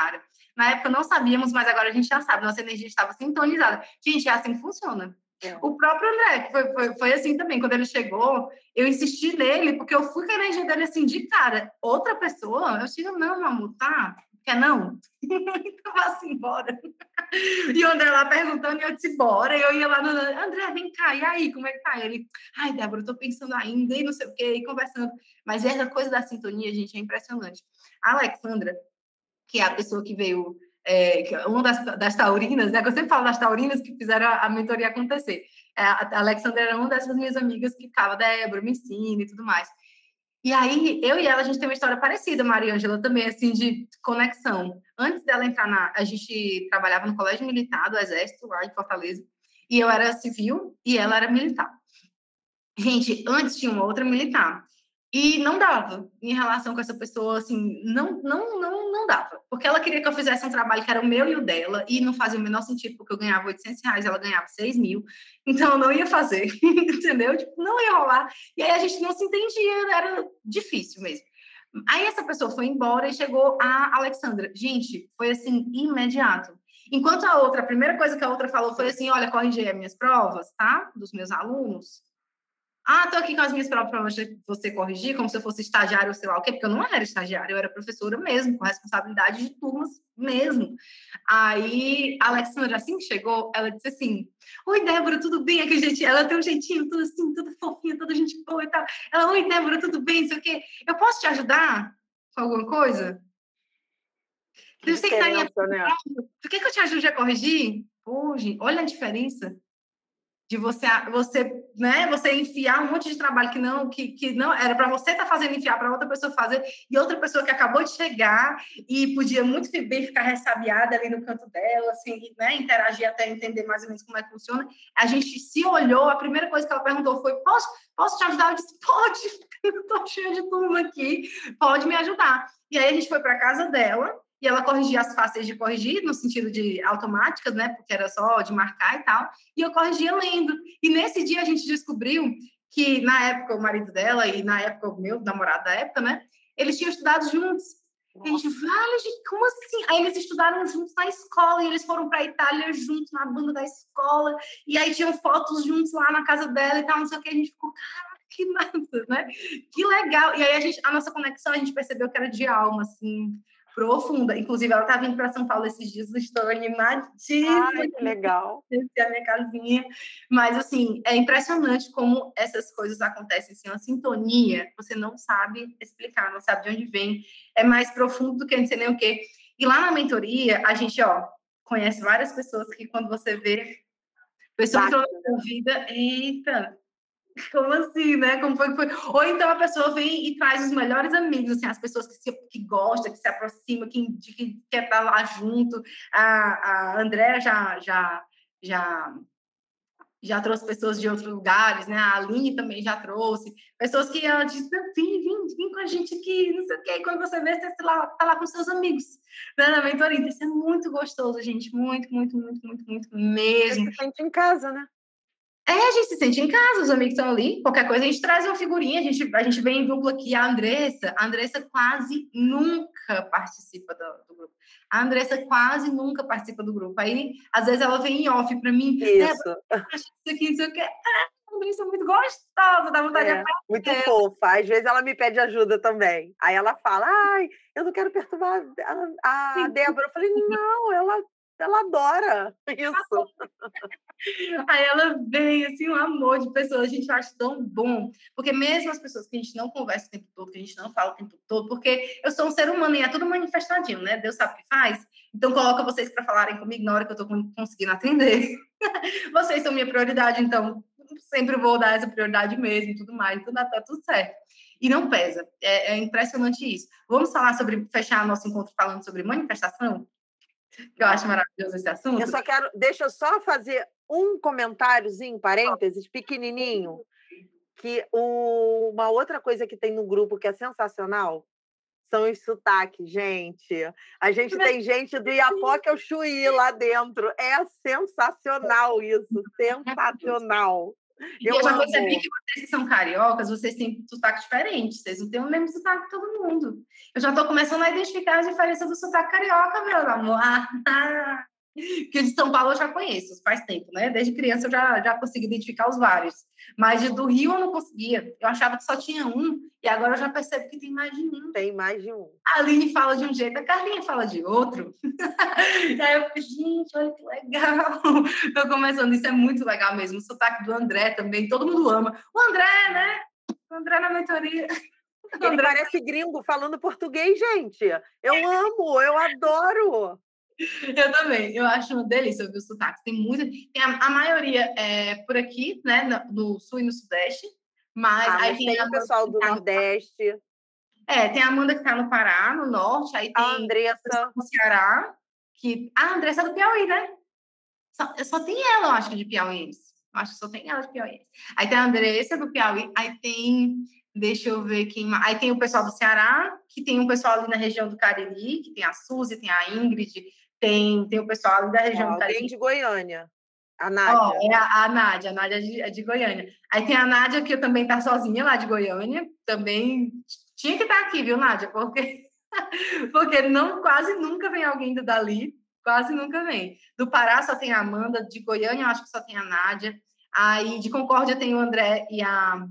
Na época não sabíamos, mas agora a gente já sabe, nossa energia estava sintonizada. Gente, é assim que funciona. O próprio André, que foi assim também, quando ele chegou, eu insisti nele, porque eu fui com a energia dele assim, de cara. Outra pessoa, eu digo, não, meu amor, tá? Quer não? Então vá-se embora. E o André lá perguntando, e eu disse, bora. E eu ia lá no André, vem cá, e aí, como é que tá? Ele, ai, Débora, eu tô pensando ainda, e não sei o quê, e conversando. Mas essa coisa da sintonia, gente, é impressionante. A Alexandra, que é a pessoa que veio, uma das taurinas, né? Que eu sempre falo das taurinas que fizeram a mentoria acontecer. A Alexandra era uma dessas minhas amigas que ficava, Débora, me ensina e tudo mais. E aí, eu e ela, a gente tem uma história parecida, Maria Ângela, também, assim, de conexão. Antes dela entrar a gente trabalhava no Colégio Militar do Exército, lá em Fortaleza, e eu era civil e ela era militar. Gente, antes tinha uma outra militar. E não dava em relação com essa pessoa, assim, não dava. Porque ela queria que eu fizesse um trabalho que era o meu e o dela, e não fazia o menor sentido, porque eu ganhava R$800, ela ganhava 6 mil. Então, eu não ia fazer, entendeu? Tipo, não ia rolar. E aí, a gente não se entendia, era difícil mesmo. Aí, essa pessoa foi embora e chegou a Alexandra. Gente, foi assim, imediato. Enquanto a primeira coisa que a outra falou foi assim, olha, corrigi as minhas provas, tá? Dos meus alunos. Ah, tô aqui com as minhas provas para você corrigir, como se eu fosse estagiário ou sei lá o quê, porque eu não era estagiária, eu era professora mesmo, com responsabilidade de turmas mesmo. Aí, a Alexandra, assim que chegou, ela disse assim, oi, Débora, tudo bem? Aqui, gente, ela tem um jeitinho, tudo assim, tudo fofinho, toda gente boa e tal. Ela, oi, Débora, tudo bem? Não sei o quê. Eu posso te ajudar com alguma coisa? Que Eu sei que tá aí, né? tu quer que eu te ajude a corrigir? Hoje, olha a diferença de você enfiar um monte de trabalho que não era para você estar fazendo, enfiar para outra pessoa fazer, e outra pessoa que acabou de chegar e podia muito bem ficar ressabiada ali no canto dela, assim, né, interagir até entender mais ou menos como é que funciona. A gente se olhou, a primeira coisa que ela perguntou foi, posso te ajudar? Eu disse, pode, eu estou cheia de turma aqui, pode me ajudar. E aí a gente foi para a casa dela, e ela corrigia as fáceis de corrigir, no sentido de automáticas, né, porque era só de marcar e tal, e eu corrigia lendo. E nesse dia a gente descobriu que, na época, o marido dela e, na época, o meu namorado da época, né, eles tinham estudado juntos. E a gente, vale, gente, como assim? Aí eles estudaram juntos na escola, e eles foram para a Itália juntos, na banda da escola, e aí tinham fotos juntos lá na casa dela e tal, não sei o que, a gente ficou, cara, que massa, né? Que legal. E aí a nossa conexão, a gente percebeu que era de alma, assim, profunda. Inclusive, ela tá vindo para São Paulo esses dias, estou animadíssima. Ai, que legal. A minha casinha. Mas, assim, é impressionante como essas coisas acontecem, assim, uma sintonia, você não sabe explicar, não sabe de onde vem, é mais profundo do que não sei nem o quê. E lá na mentoria, a gente, conhece várias pessoas que quando você vê, pessoa que entrou na sua vida, eita, como assim, né? Como foi que foi? Ou então a pessoa vem e traz os melhores amigos, assim, as pessoas que gostam, que se aproximam, que quer estar lá junto. A Andréa já trouxe pessoas de outros lugares, né? A Aline também já trouxe. Pessoas que ela disse, vem com a gente aqui, não sei o quê. E quando você vê, você tá lá com seus amigos, né? Na mentoria. Isso é muito gostoso, gente. Muito, muito, muito, muito, muito mesmo. Você se sente em casa, né? A gente se sente em casa, os amigos estão ali, qualquer coisa, a gente traz uma figurinha, a gente vem em dupla aqui, a Andressa quase nunca participa do grupo. A Andressa quase nunca participa do grupo. Aí, às vezes, ela vem em off para mim, isso. Acho isso aqui, não sei o quê. A Andressa é muito gostosa, dá vontade de apertar. Muito fofa. Às vezes ela me pede ajuda também. Aí ela fala, ai, eu não quero perturbar a Débora. Eu falei, não, ela adora isso. Aí ela vem, assim, um amor de pessoa, a gente acha tão bom, porque mesmo as pessoas que a gente não conversa o tempo todo, que a gente não fala o tempo todo, porque eu sou um ser humano e é tudo manifestadinho, né? Deus sabe o que faz, então coloca vocês para falarem comigo na hora que eu tô conseguindo atender. Vocês são minha prioridade, então sempre vou dar essa prioridade mesmo e tudo mais, então tá tudo certo. E não pesa, é impressionante isso. Vamos falar fechar nosso encontro falando sobre manifestação? Que eu acho maravilhoso esse assunto. Deixa eu só fazer um comentáriozinho, parênteses, pequenininho, que uma outra coisa que tem no grupo que é sensacional são os sotaques, gente. A gente tem gente do Iapoca ao Chuí lá dentro. É sensacional isso, sensacional. E eu já percebi que vocês que são cariocas, vocês têm sotaque diferente. Vocês não têm o mesmo sotaque que todo mundo. Eu já estou começando a identificar a diferença do sotaque carioca, meu amor. Porque de São Paulo eu já conheço, faz tempo, né? Desde criança eu já consegui identificar os vários. Mas do Rio eu não conseguia. Eu achava que só tinha um, e agora eu já percebo que tem mais de um. Tem mais de um. A Aline fala de um jeito, a Carlinha fala de outro. E aí eu fico, gente, olha que legal. Eu começando, isso é muito legal mesmo. O sotaque do André também, todo mundo ama. O André, né? O André na mentoria. Ele parece gringo falando português, gente. Eu amo, eu adoro. Eu também, eu acho uma delícia ouvir os sotaques. Tem muita. A maioria é por aqui, né? No sul e no sudeste. Mas aí tem o pessoal do Nordeste. Tem a Amanda que está no Pará, no norte. Aí tem a Andressa no Ceará. A Andressa é do Piauí, né? Só tem ela, eu acho, de piauiense. Eu acho que só tem ela de piauiense. Aí tem a Andressa do Piauí. Aí tem. Deixa eu ver quem mais. Aí tem o pessoal do Ceará, que tem um pessoal ali na região do Cariri, que tem a Suzy, tem a Ingrid, tem o pessoal ali da região do Cariri. Alguém de Goiânia. A Nádia. É a Nádia é de Goiânia. Aí tem a Nádia, que também está sozinha lá de Goiânia. Também tinha que estar aqui, viu, Nádia? Porque quase nunca vem alguém dali. Quase nunca vem. Do Pará só tem a Amanda, de Goiânia eu acho que só tem a Nádia. Aí de Concórdia tem o André e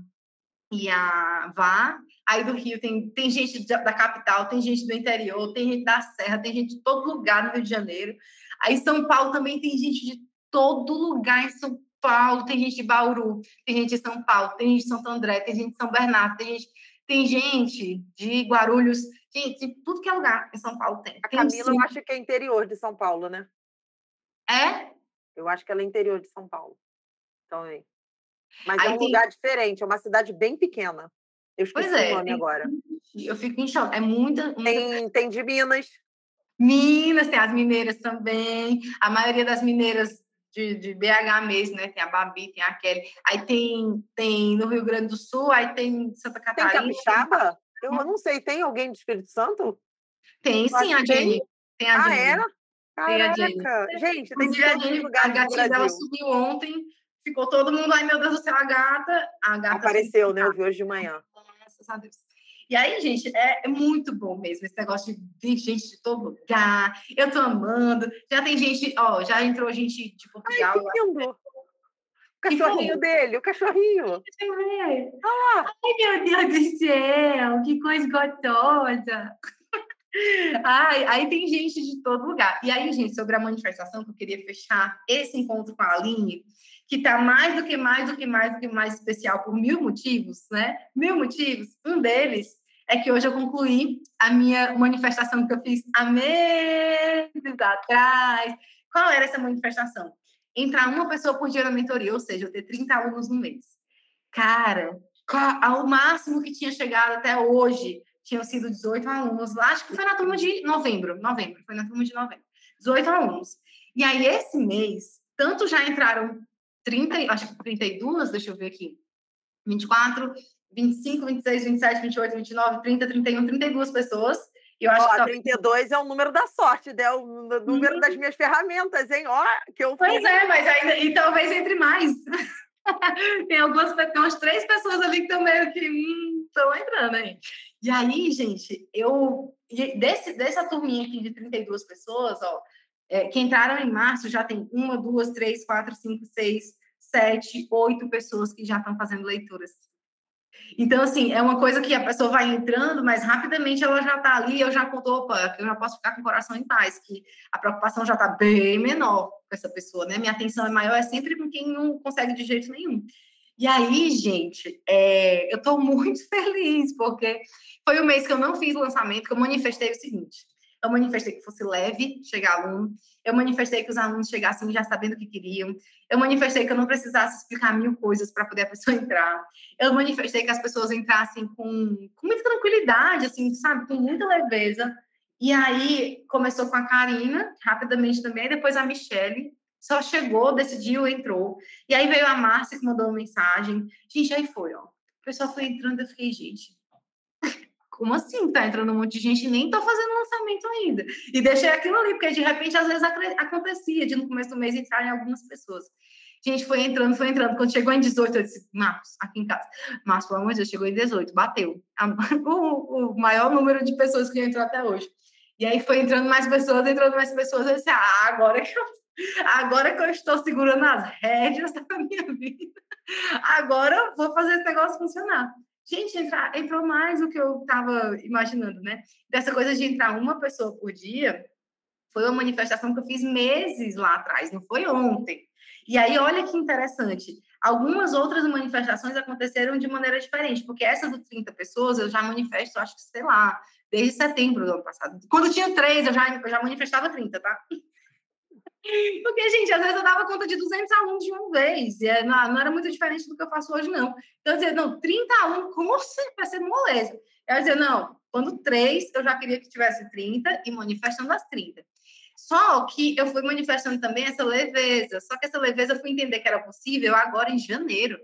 a Vá. Aí do Rio tem gente da capital, tem gente do interior, tem gente da Serra, tem gente de todo lugar no Rio de Janeiro. Aí São Paulo também tem gente de todo lugar em São Paulo. Tem gente de Bauru, tem gente de São Paulo, tem gente de Santo André, tem gente de São Bernardo, tem gente de Guarulhos. Gente, de tudo que é lugar em São Paulo tem. A Camila, eu acho que é interior de São Paulo, né? É? Eu acho que ela é interior de São Paulo. Também. Mas aí é um lugar diferente, é uma cidade bem pequena. Eu esqueci o nome agora. Eu fico em choque. É muita... Tem de Minas. Minas, tem as mineiras também. A maioria das mineiras de BH mesmo, né? Tem a Babi, tem a Kelly. Aí tem no Rio Grande do Sul, aí tem Santa Catarina. Tem capixaba? Eu não sei, tem alguém do Espírito Santo? Tem sim, a Jenny. Tem a Jenny. É? Caraca! Tem a Jenny. Gente, tem de todos os lugares do Brasil. A gatinha dela subiu ontem, ficou todo mundo, ai meu Deus do céu, a gata apareceu, né? Eu vi hoje de manhã. Graças a Deus. E aí, gente, é muito bom mesmo esse negócio de vir gente de todo lugar. Eu tô amando. Já tem gente, já entrou gente de Portugal. Ai, que lindo! O cachorrinho dele, o cachorrinho. Deixa eu ver. Ai, meu Deus do céu, que coisa gostosa. Ai, aí tem gente de todo lugar. E aí, gente, sobre a manifestação, que eu queria fechar esse encontro com a Aline, que está mais do que mais especial por 1000 motivos, né? 1000 motivos. Um deles é que hoje eu concluí a minha manifestação que eu fiz há meses atrás. Qual era essa manifestação? Entrar uma pessoa por dia na mentoria, ou seja, eu ter 30 alunos no mês. Cara, ao máximo que tinha chegado até hoje, tinham sido 18 alunos lá, acho que foi na turma de novembro, foi na turma de novembro. 18 alunos. E aí, esse mês, tanto já entraram 30, acho que 32, deixa eu ver aqui, 24, 25, 26, 27, 28, 29, 30, 31, 32 pessoas. E eu acho que 32 é o número da sorte, é o número das minhas ferramentas, hein? Pois é, mas ainda, e talvez entre mais. Tem umas 3 pessoas ali que estão meio que estão entrando aí. E aí, gente, dessa turminha aqui de 32 pessoas, que entraram em março, já tem 1, 2, 3, 4, 5, 6, 7, 8 pessoas que já estão fazendo leituras. Então, assim, é uma coisa que a pessoa vai entrando, mas rapidamente ela já está ali, eu já conto, opa, eu já posso ficar com o coração em paz, que a preocupação já está bem menor com essa pessoa, né? Minha atenção é maior, é sempre com quem não consegue de jeito nenhum. E aí, gente, eu estou muito feliz, porque foi o mês que eu não fiz o lançamento, que eu manifestei o seguinte: eu manifestei que fosse leve chegar aluno, eu manifestei que os alunos chegassem já sabendo o que queriam, eu manifestei que eu não precisasse explicar 1000 coisas para poder a pessoa entrar, eu manifestei que as pessoas entrassem com muita tranquilidade, assim, sabe, com muita leveza. E aí começou com a Karina, rapidamente também, depois a Michele, só chegou, decidiu, entrou. E aí veio a Márcia, que mandou uma mensagem. Gente, aí foi, ó. O pessoal foi entrando, eu fiquei, gente, como assim? Tá entrando um monte de gente e nem tô fazendo lançamento ainda. E deixei aquilo ali, porque de repente, às vezes, acontecia de no começo do mês entrarem algumas pessoas. Gente, foi entrando. Quando chegou em 18, eu disse, Marcos, aqui em casa. Marcos, pelo amor de Deus, chegou em 18, bateu. O maior número de pessoas que entrou até hoje. E aí foi entrando mais pessoas. Eu disse, agora que eu estou segurando as rédeas da minha vida, agora eu vou fazer esse negócio funcionar. Gente, entrou mais do que eu estava imaginando, né? Dessa coisa de entrar uma pessoa por dia, foi uma manifestação que eu fiz meses lá atrás, não foi ontem. E aí, olha que interessante. Algumas outras manifestações aconteceram de maneira diferente, porque essa do 30 pessoas eu já manifesto, acho que, sei lá, desde setembro do ano passado. Quando tinha 3, eu já manifestava 30, tá? Porque, gente, às vezes eu dava conta de 200 alunos de uma vez, e não era muito diferente do que eu faço hoje, não. Então, eu dizia, não, 30 alunos, como vai ser moleza? Eu dizia, não, quando 3, eu já queria que tivesse 30 e manifestando as 30. Só que eu fui manifestando também essa leveza, só que essa leveza eu fui entender que era possível agora em janeiro.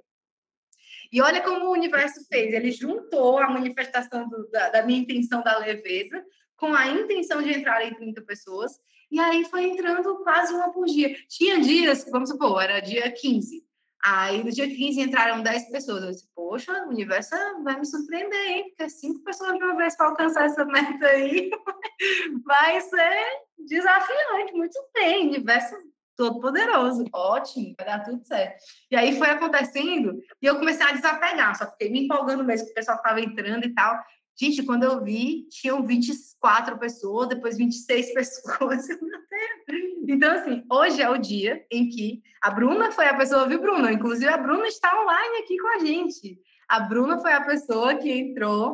E olha como o universo fez, ele juntou a manifestação da minha intenção da leveza com a intenção de entrar em 30 pessoas, e aí foi entrando quase uma por dia. Tinha dias, vamos supor, era dia 15. Aí no dia 15 entraram 10 pessoas. Eu disse, poxa, o universo vai me surpreender, hein? Porque 5 pessoas de uma vez para alcançar essa meta aí vai ser desafiante. Muito bem, universo todo poderoso, ótimo, vai dar tudo certo. E aí foi acontecendo e eu comecei a desapegar, só fiquei me empolgando mesmo, que o pessoal estava entrando e tal. Gente, quando eu vi, tinham 24 pessoas, depois 26 pessoas. Então, assim, hoje é o dia em que a Bruna foi a pessoa, viu, Bruna? Inclusive, a Bruna está online aqui com a gente. A Bruna foi a pessoa que entrou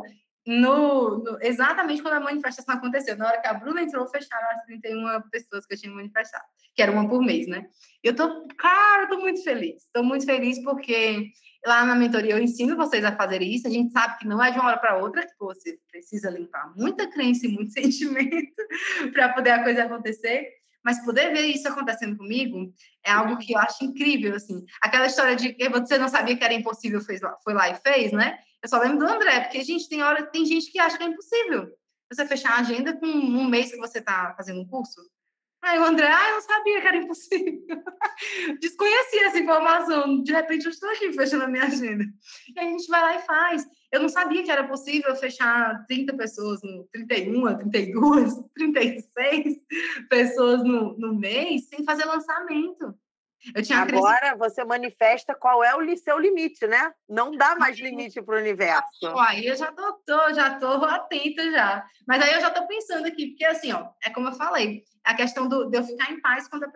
exatamente quando a manifestação aconteceu. Na hora que a Bruna entrou, fecharam as 31 pessoas que eu tinha manifestado, que era uma por mês, né? Eu tô muito feliz. Estou muito feliz porque lá na mentoria eu ensino vocês a fazer isso. A gente sabe que não é de uma hora para outra, que você precisa limpar muita crença e muito sentimento para poder a coisa acontecer. Mas poder ver isso acontecendo comigo é algo que eu acho incrível, assim. Aquela história de que você não sabia que era impossível, foi lá e fez, né? Eu só lembro do André, porque, gente, tem gente que acha que é impossível você fechar a agenda com um mês que você está fazendo um curso. Aí o André, eu não sabia que era impossível. Desconhecia essa informação. De repente, eu estou aqui fechando a minha agenda. E aí a gente vai lá e faz. Eu não sabia que era possível fechar 30 pessoas, 31, 32, 36 pessoas no mês sem fazer lançamento. Agora você manifesta qual é o seu limite, né? Não dá mais limite para o universo. Aí eu já tô atenta já. Mas aí eu já tô pensando aqui, porque assim, ó, é como eu falei, a questão de eu ficar em paz quando a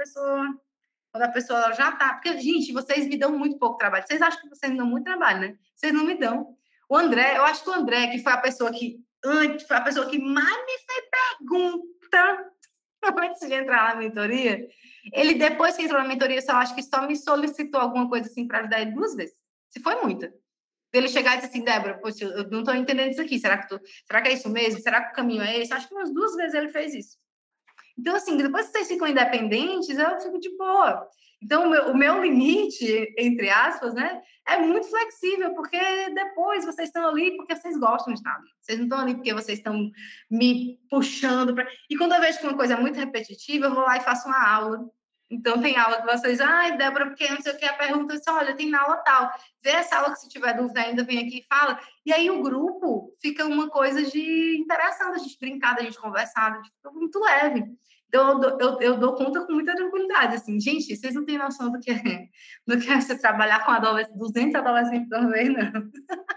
pessoa já tá. Porque, gente, vocês me dão muito pouco trabalho. Vocês acham que vocês me dão muito trabalho, né? Vocês não me dão. Eu acho que o André, que foi a pessoa que mais me fez pergunta antes de entrar na mentoria, ele, depois que entrou na mentoria, eu acho que só me solicitou alguma coisa assim para ajudar ele 2 vezes. Se foi muita. Ele chegar e dizer assim, Débora, poxa, eu não estou entendendo isso aqui. Será que é isso mesmo? Será que o caminho é esse? Acho que umas 2 vezes ele fez isso. Então, assim, depois que vocês ficam independentes, eu fico de boa. Então, o meu limite, entre aspas, né, é muito flexível, porque depois vocês estão ali porque vocês gostam de estar ali. Vocês não estão ali porque vocês estão me puxando para... E quando eu vejo que uma coisa é muito repetitiva, eu vou lá e faço uma aula. Então, tem aula que vocês... Ai, Débora, porque não sei o que, a pergunta é olha, tem na aula tal. Vê essa aula que se tiver dúvida ainda, vem aqui e fala. E aí o grupo fica uma coisa de interação, da gente brincar, da gente conversar, da gente fica muito leve. Então, eu dou conta com muita tranquilidade, assim, gente, vocês não têm noção do que é você trabalhar com 200 adolescentes por vez, não.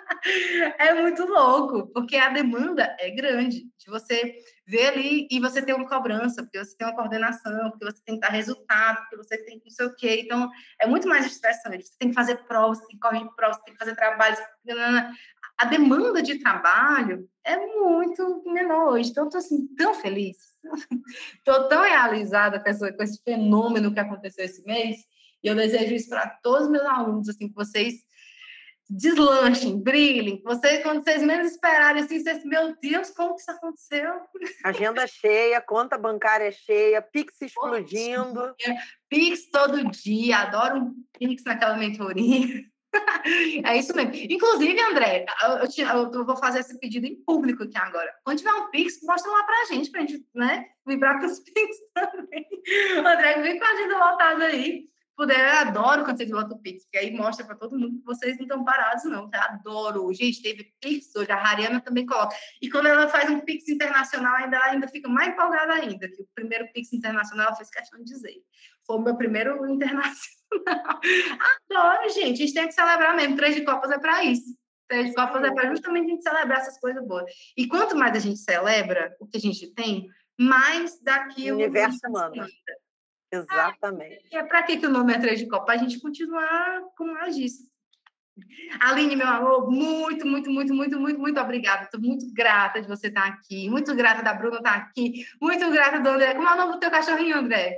É muito louco, porque a demanda é grande, de você ver ali e você ter uma cobrança, porque você tem uma coordenação, porque você tem que dar resultado, porque você tem que não sei o quê, então é muito mais estressante, você tem que fazer provas, você tem que correr provas, você tem que fazer trabalhos, a demanda de trabalho é muito menor hoje, então eu estou assim, tão feliz, estou tão realizada com esse fenômeno que aconteceu esse mês, e eu desejo isso para todos os meus alunos, assim, que vocês deslanchem, brilhem, quando vocês menos esperarem, assim, vocês, meu Deus, como que isso aconteceu? Agenda cheia, conta bancária cheia, Pix explodindo. Pix todo dia, adoro um Pix naquela mentoria. É isso mesmo. Inclusive, André, eu vou fazer esse pedido em público aqui agora. Quando tiver um Pix, mostra lá pra gente, né, vibrar com os Pix também. O André, vem com a agenda lotada aí, puder, eu adoro quando vocês botam o Pix, porque aí mostra para todo mundo que vocês não estão parados, não. Eu adoro. Gente, teve Pix hoje, a Rariana também coloca. E quando ela faz um Pix internacional, ela ainda fica mais empolgada ainda, que o primeiro Pix internacional ela fez questão de dizer. Foi o meu primeiro internacional. Adoro, gente. A gente tem que celebrar mesmo. 3 de Copas é para isso. 3 de Copas é para justamente a gente celebrar essas coisas boas. E quanto mais a gente celebra o que a gente tem, mais daquilo... O universo manda. Exatamente. É para que o nome é 3 de Copa? Para a gente continuar com mais disso. Aline, meu amor, muito obrigada. Estou muito grata de você estar aqui. Muito grata da Bruna estar aqui. Muito grata do André. Como é o nome do teu cachorrinho, André?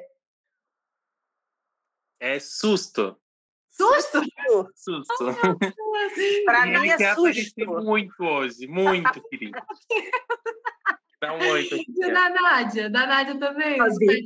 É Susto. Susto? Susto. Para mim é susto. Muito hoje, muito, querido. Dá um oi. E da Nádia também.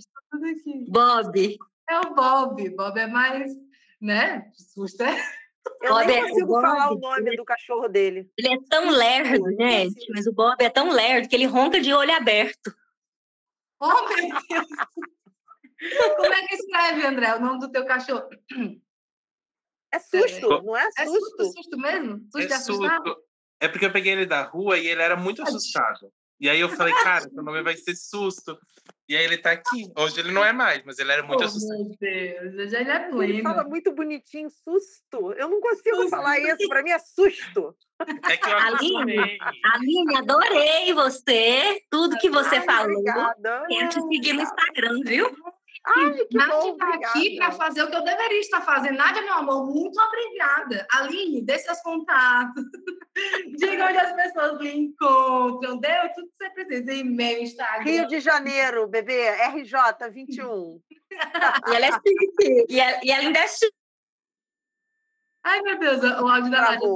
Bob. É o Bob. Bob é mais, né? Susto é... Eu nem consigo falar o nome do cachorro dele. Ele é tão lerdo, gente. Mas o Bob é tão lerdo que ele ronca de olho aberto. Oh, meu Deus! Como é que escreve, André, o nome do teu cachorro? É susto, não é susto? É susto mesmo? Susto é de assustar? Susto. É porque eu peguei ele da rua e ele era muito assustado. E aí eu falei, cara, seu nome vai ser Susto. E aí ele tá aqui. Hoje ele não é mais, mas ele era muito assustado. Meu Deus, hoje ele é pleno. Ele fala muito bonitinho, susto. Eu não consigo falar isso, para mim é susto. É que eu acostumei. Aline, adorei você. Tudo que você falou. Obrigada. Quero te seguir no Instagram, viu? Ai, que Nádia bom, está aqui para fazer o que eu deveria estar fazendo. Nádia, meu amor, muito obrigada. Aline, dê seus contatos. Diga onde as pessoas lhe encontram. Deu tudo que você precisa. E-mail, Instagram. Rio de Janeiro, bebê. RJ21. E ela é chique. E ela ainda é chique. Ai, meu Deus, o áudio da Nádia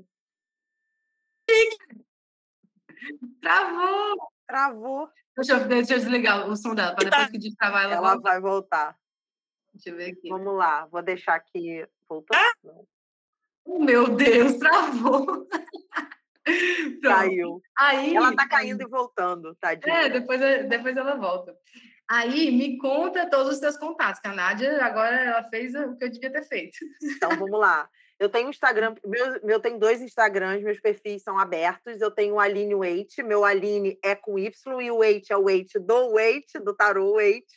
travou. Travou. Deixa eu desligar o som dela, para depois que destravar ela vai voltar. Deixa eu ver aqui. Vamos lá, vou deixar aqui. Voltou? Meu Deus, travou. Caiu. Aí, ela tá caindo e voltando, tadinha. Depois ela volta. Aí, me conta todos os teus contatos, que a Nádia agora ela fez o que eu devia ter feito. Então, vamos lá. Eu tenho um Instagram, eu tenho 2 Instagrams, meus perfis são abertos. Eu tenho o Aline Waite, meu Aline é com Y e o Waite é o Waite, do Tarô Waite.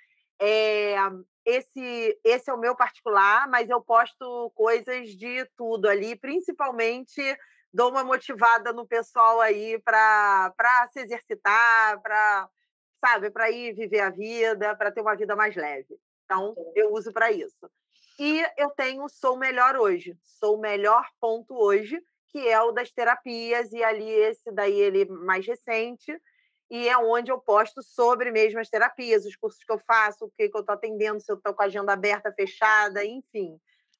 Esse é o meu particular, mas eu posto coisas de tudo ali, principalmente dou uma motivada no pessoal aí para se exercitar, para ir viver a vida, para ter uma vida mais leve. Então, eu uso para isso. E eu tenho Sou Melhor Hoje, Sou Melhor.hoje, que é o das terapias, e ali esse daí ele mais recente, e é onde eu posto sobre mesmo as terapias, os cursos que eu faço, o que eu estou atendendo, se eu estou com a agenda aberta, fechada, enfim.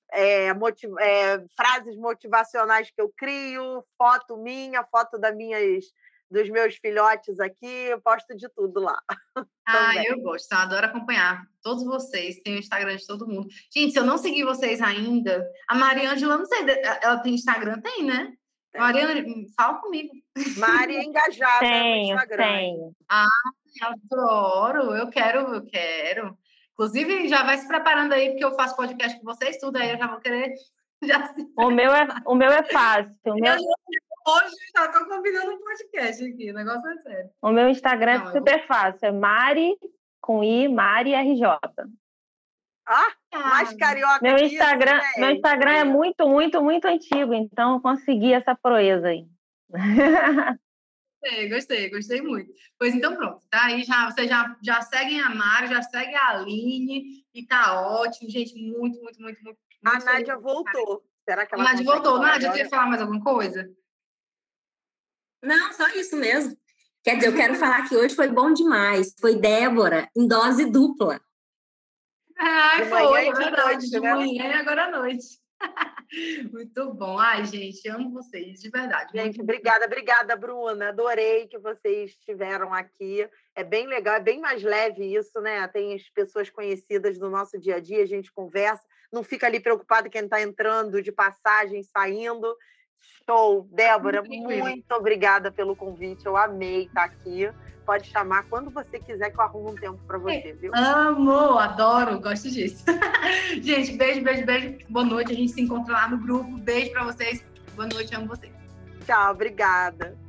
Frases motivacionais que eu crio, foto minha, foto dos meus filhotes aqui, eu posto de tudo lá. Eu gosto, eu adoro acompanhar todos vocês, tem o Instagram de todo mundo. Gente, se eu não seguir vocês ainda, a Mariângela, não sei, ela tem Instagram? Tem, né? Tem. Mariana, fala comigo. Mari é engajada no Instagram. Tenho. Adoro, eu quero. Inclusive, já vai se preparando aí, porque eu faço podcast com vocês, tudo aí, eu já vou querer... O meu é fácil. Hoje já estou combinando um podcast aqui, o negócio é sério. O meu Instagram é super fácil, é Mari, com I, Mari RJ. Mais carioca meu que Instagram, isso, né? Meu Instagram é muito antigo, então eu consegui essa proeza aí. Gostei muito. Pois então pronto, tá aí, vocês já seguem a Mari, já seguem a Aline, e tá ótimo, gente, muito a Nádia voltou. Será que ela Nádia voltou. Nádia, você quer falar mais alguma coisa? Não, só isso mesmo. Quer dizer, eu quero falar que hoje foi bom demais. Foi Débora, em dose dupla. Foi, é verdade. De manhã e agora à noite. Muito bom. Ai, gente, amo vocês, de verdade. Gente, obrigada, Bruna. Adorei que vocês estiveram aqui. É bem legal, é bem mais leve isso, né? Tem as pessoas conhecidas do nosso dia a dia, a gente conversa, não fica ali preocupado quem está entrando de passagem, saindo. Show! Débora, muito obrigada pelo convite. Eu amei estar aqui. pode chamar quando você quiser que eu arrumo um tempo para você, viu? Amo, adoro, gosto disso. Gente, beijo, beijo, beijo. Boa noite, a gente se encontra lá no grupo. Beijo para vocês. Boa noite, amo vocês. Tchau, obrigada.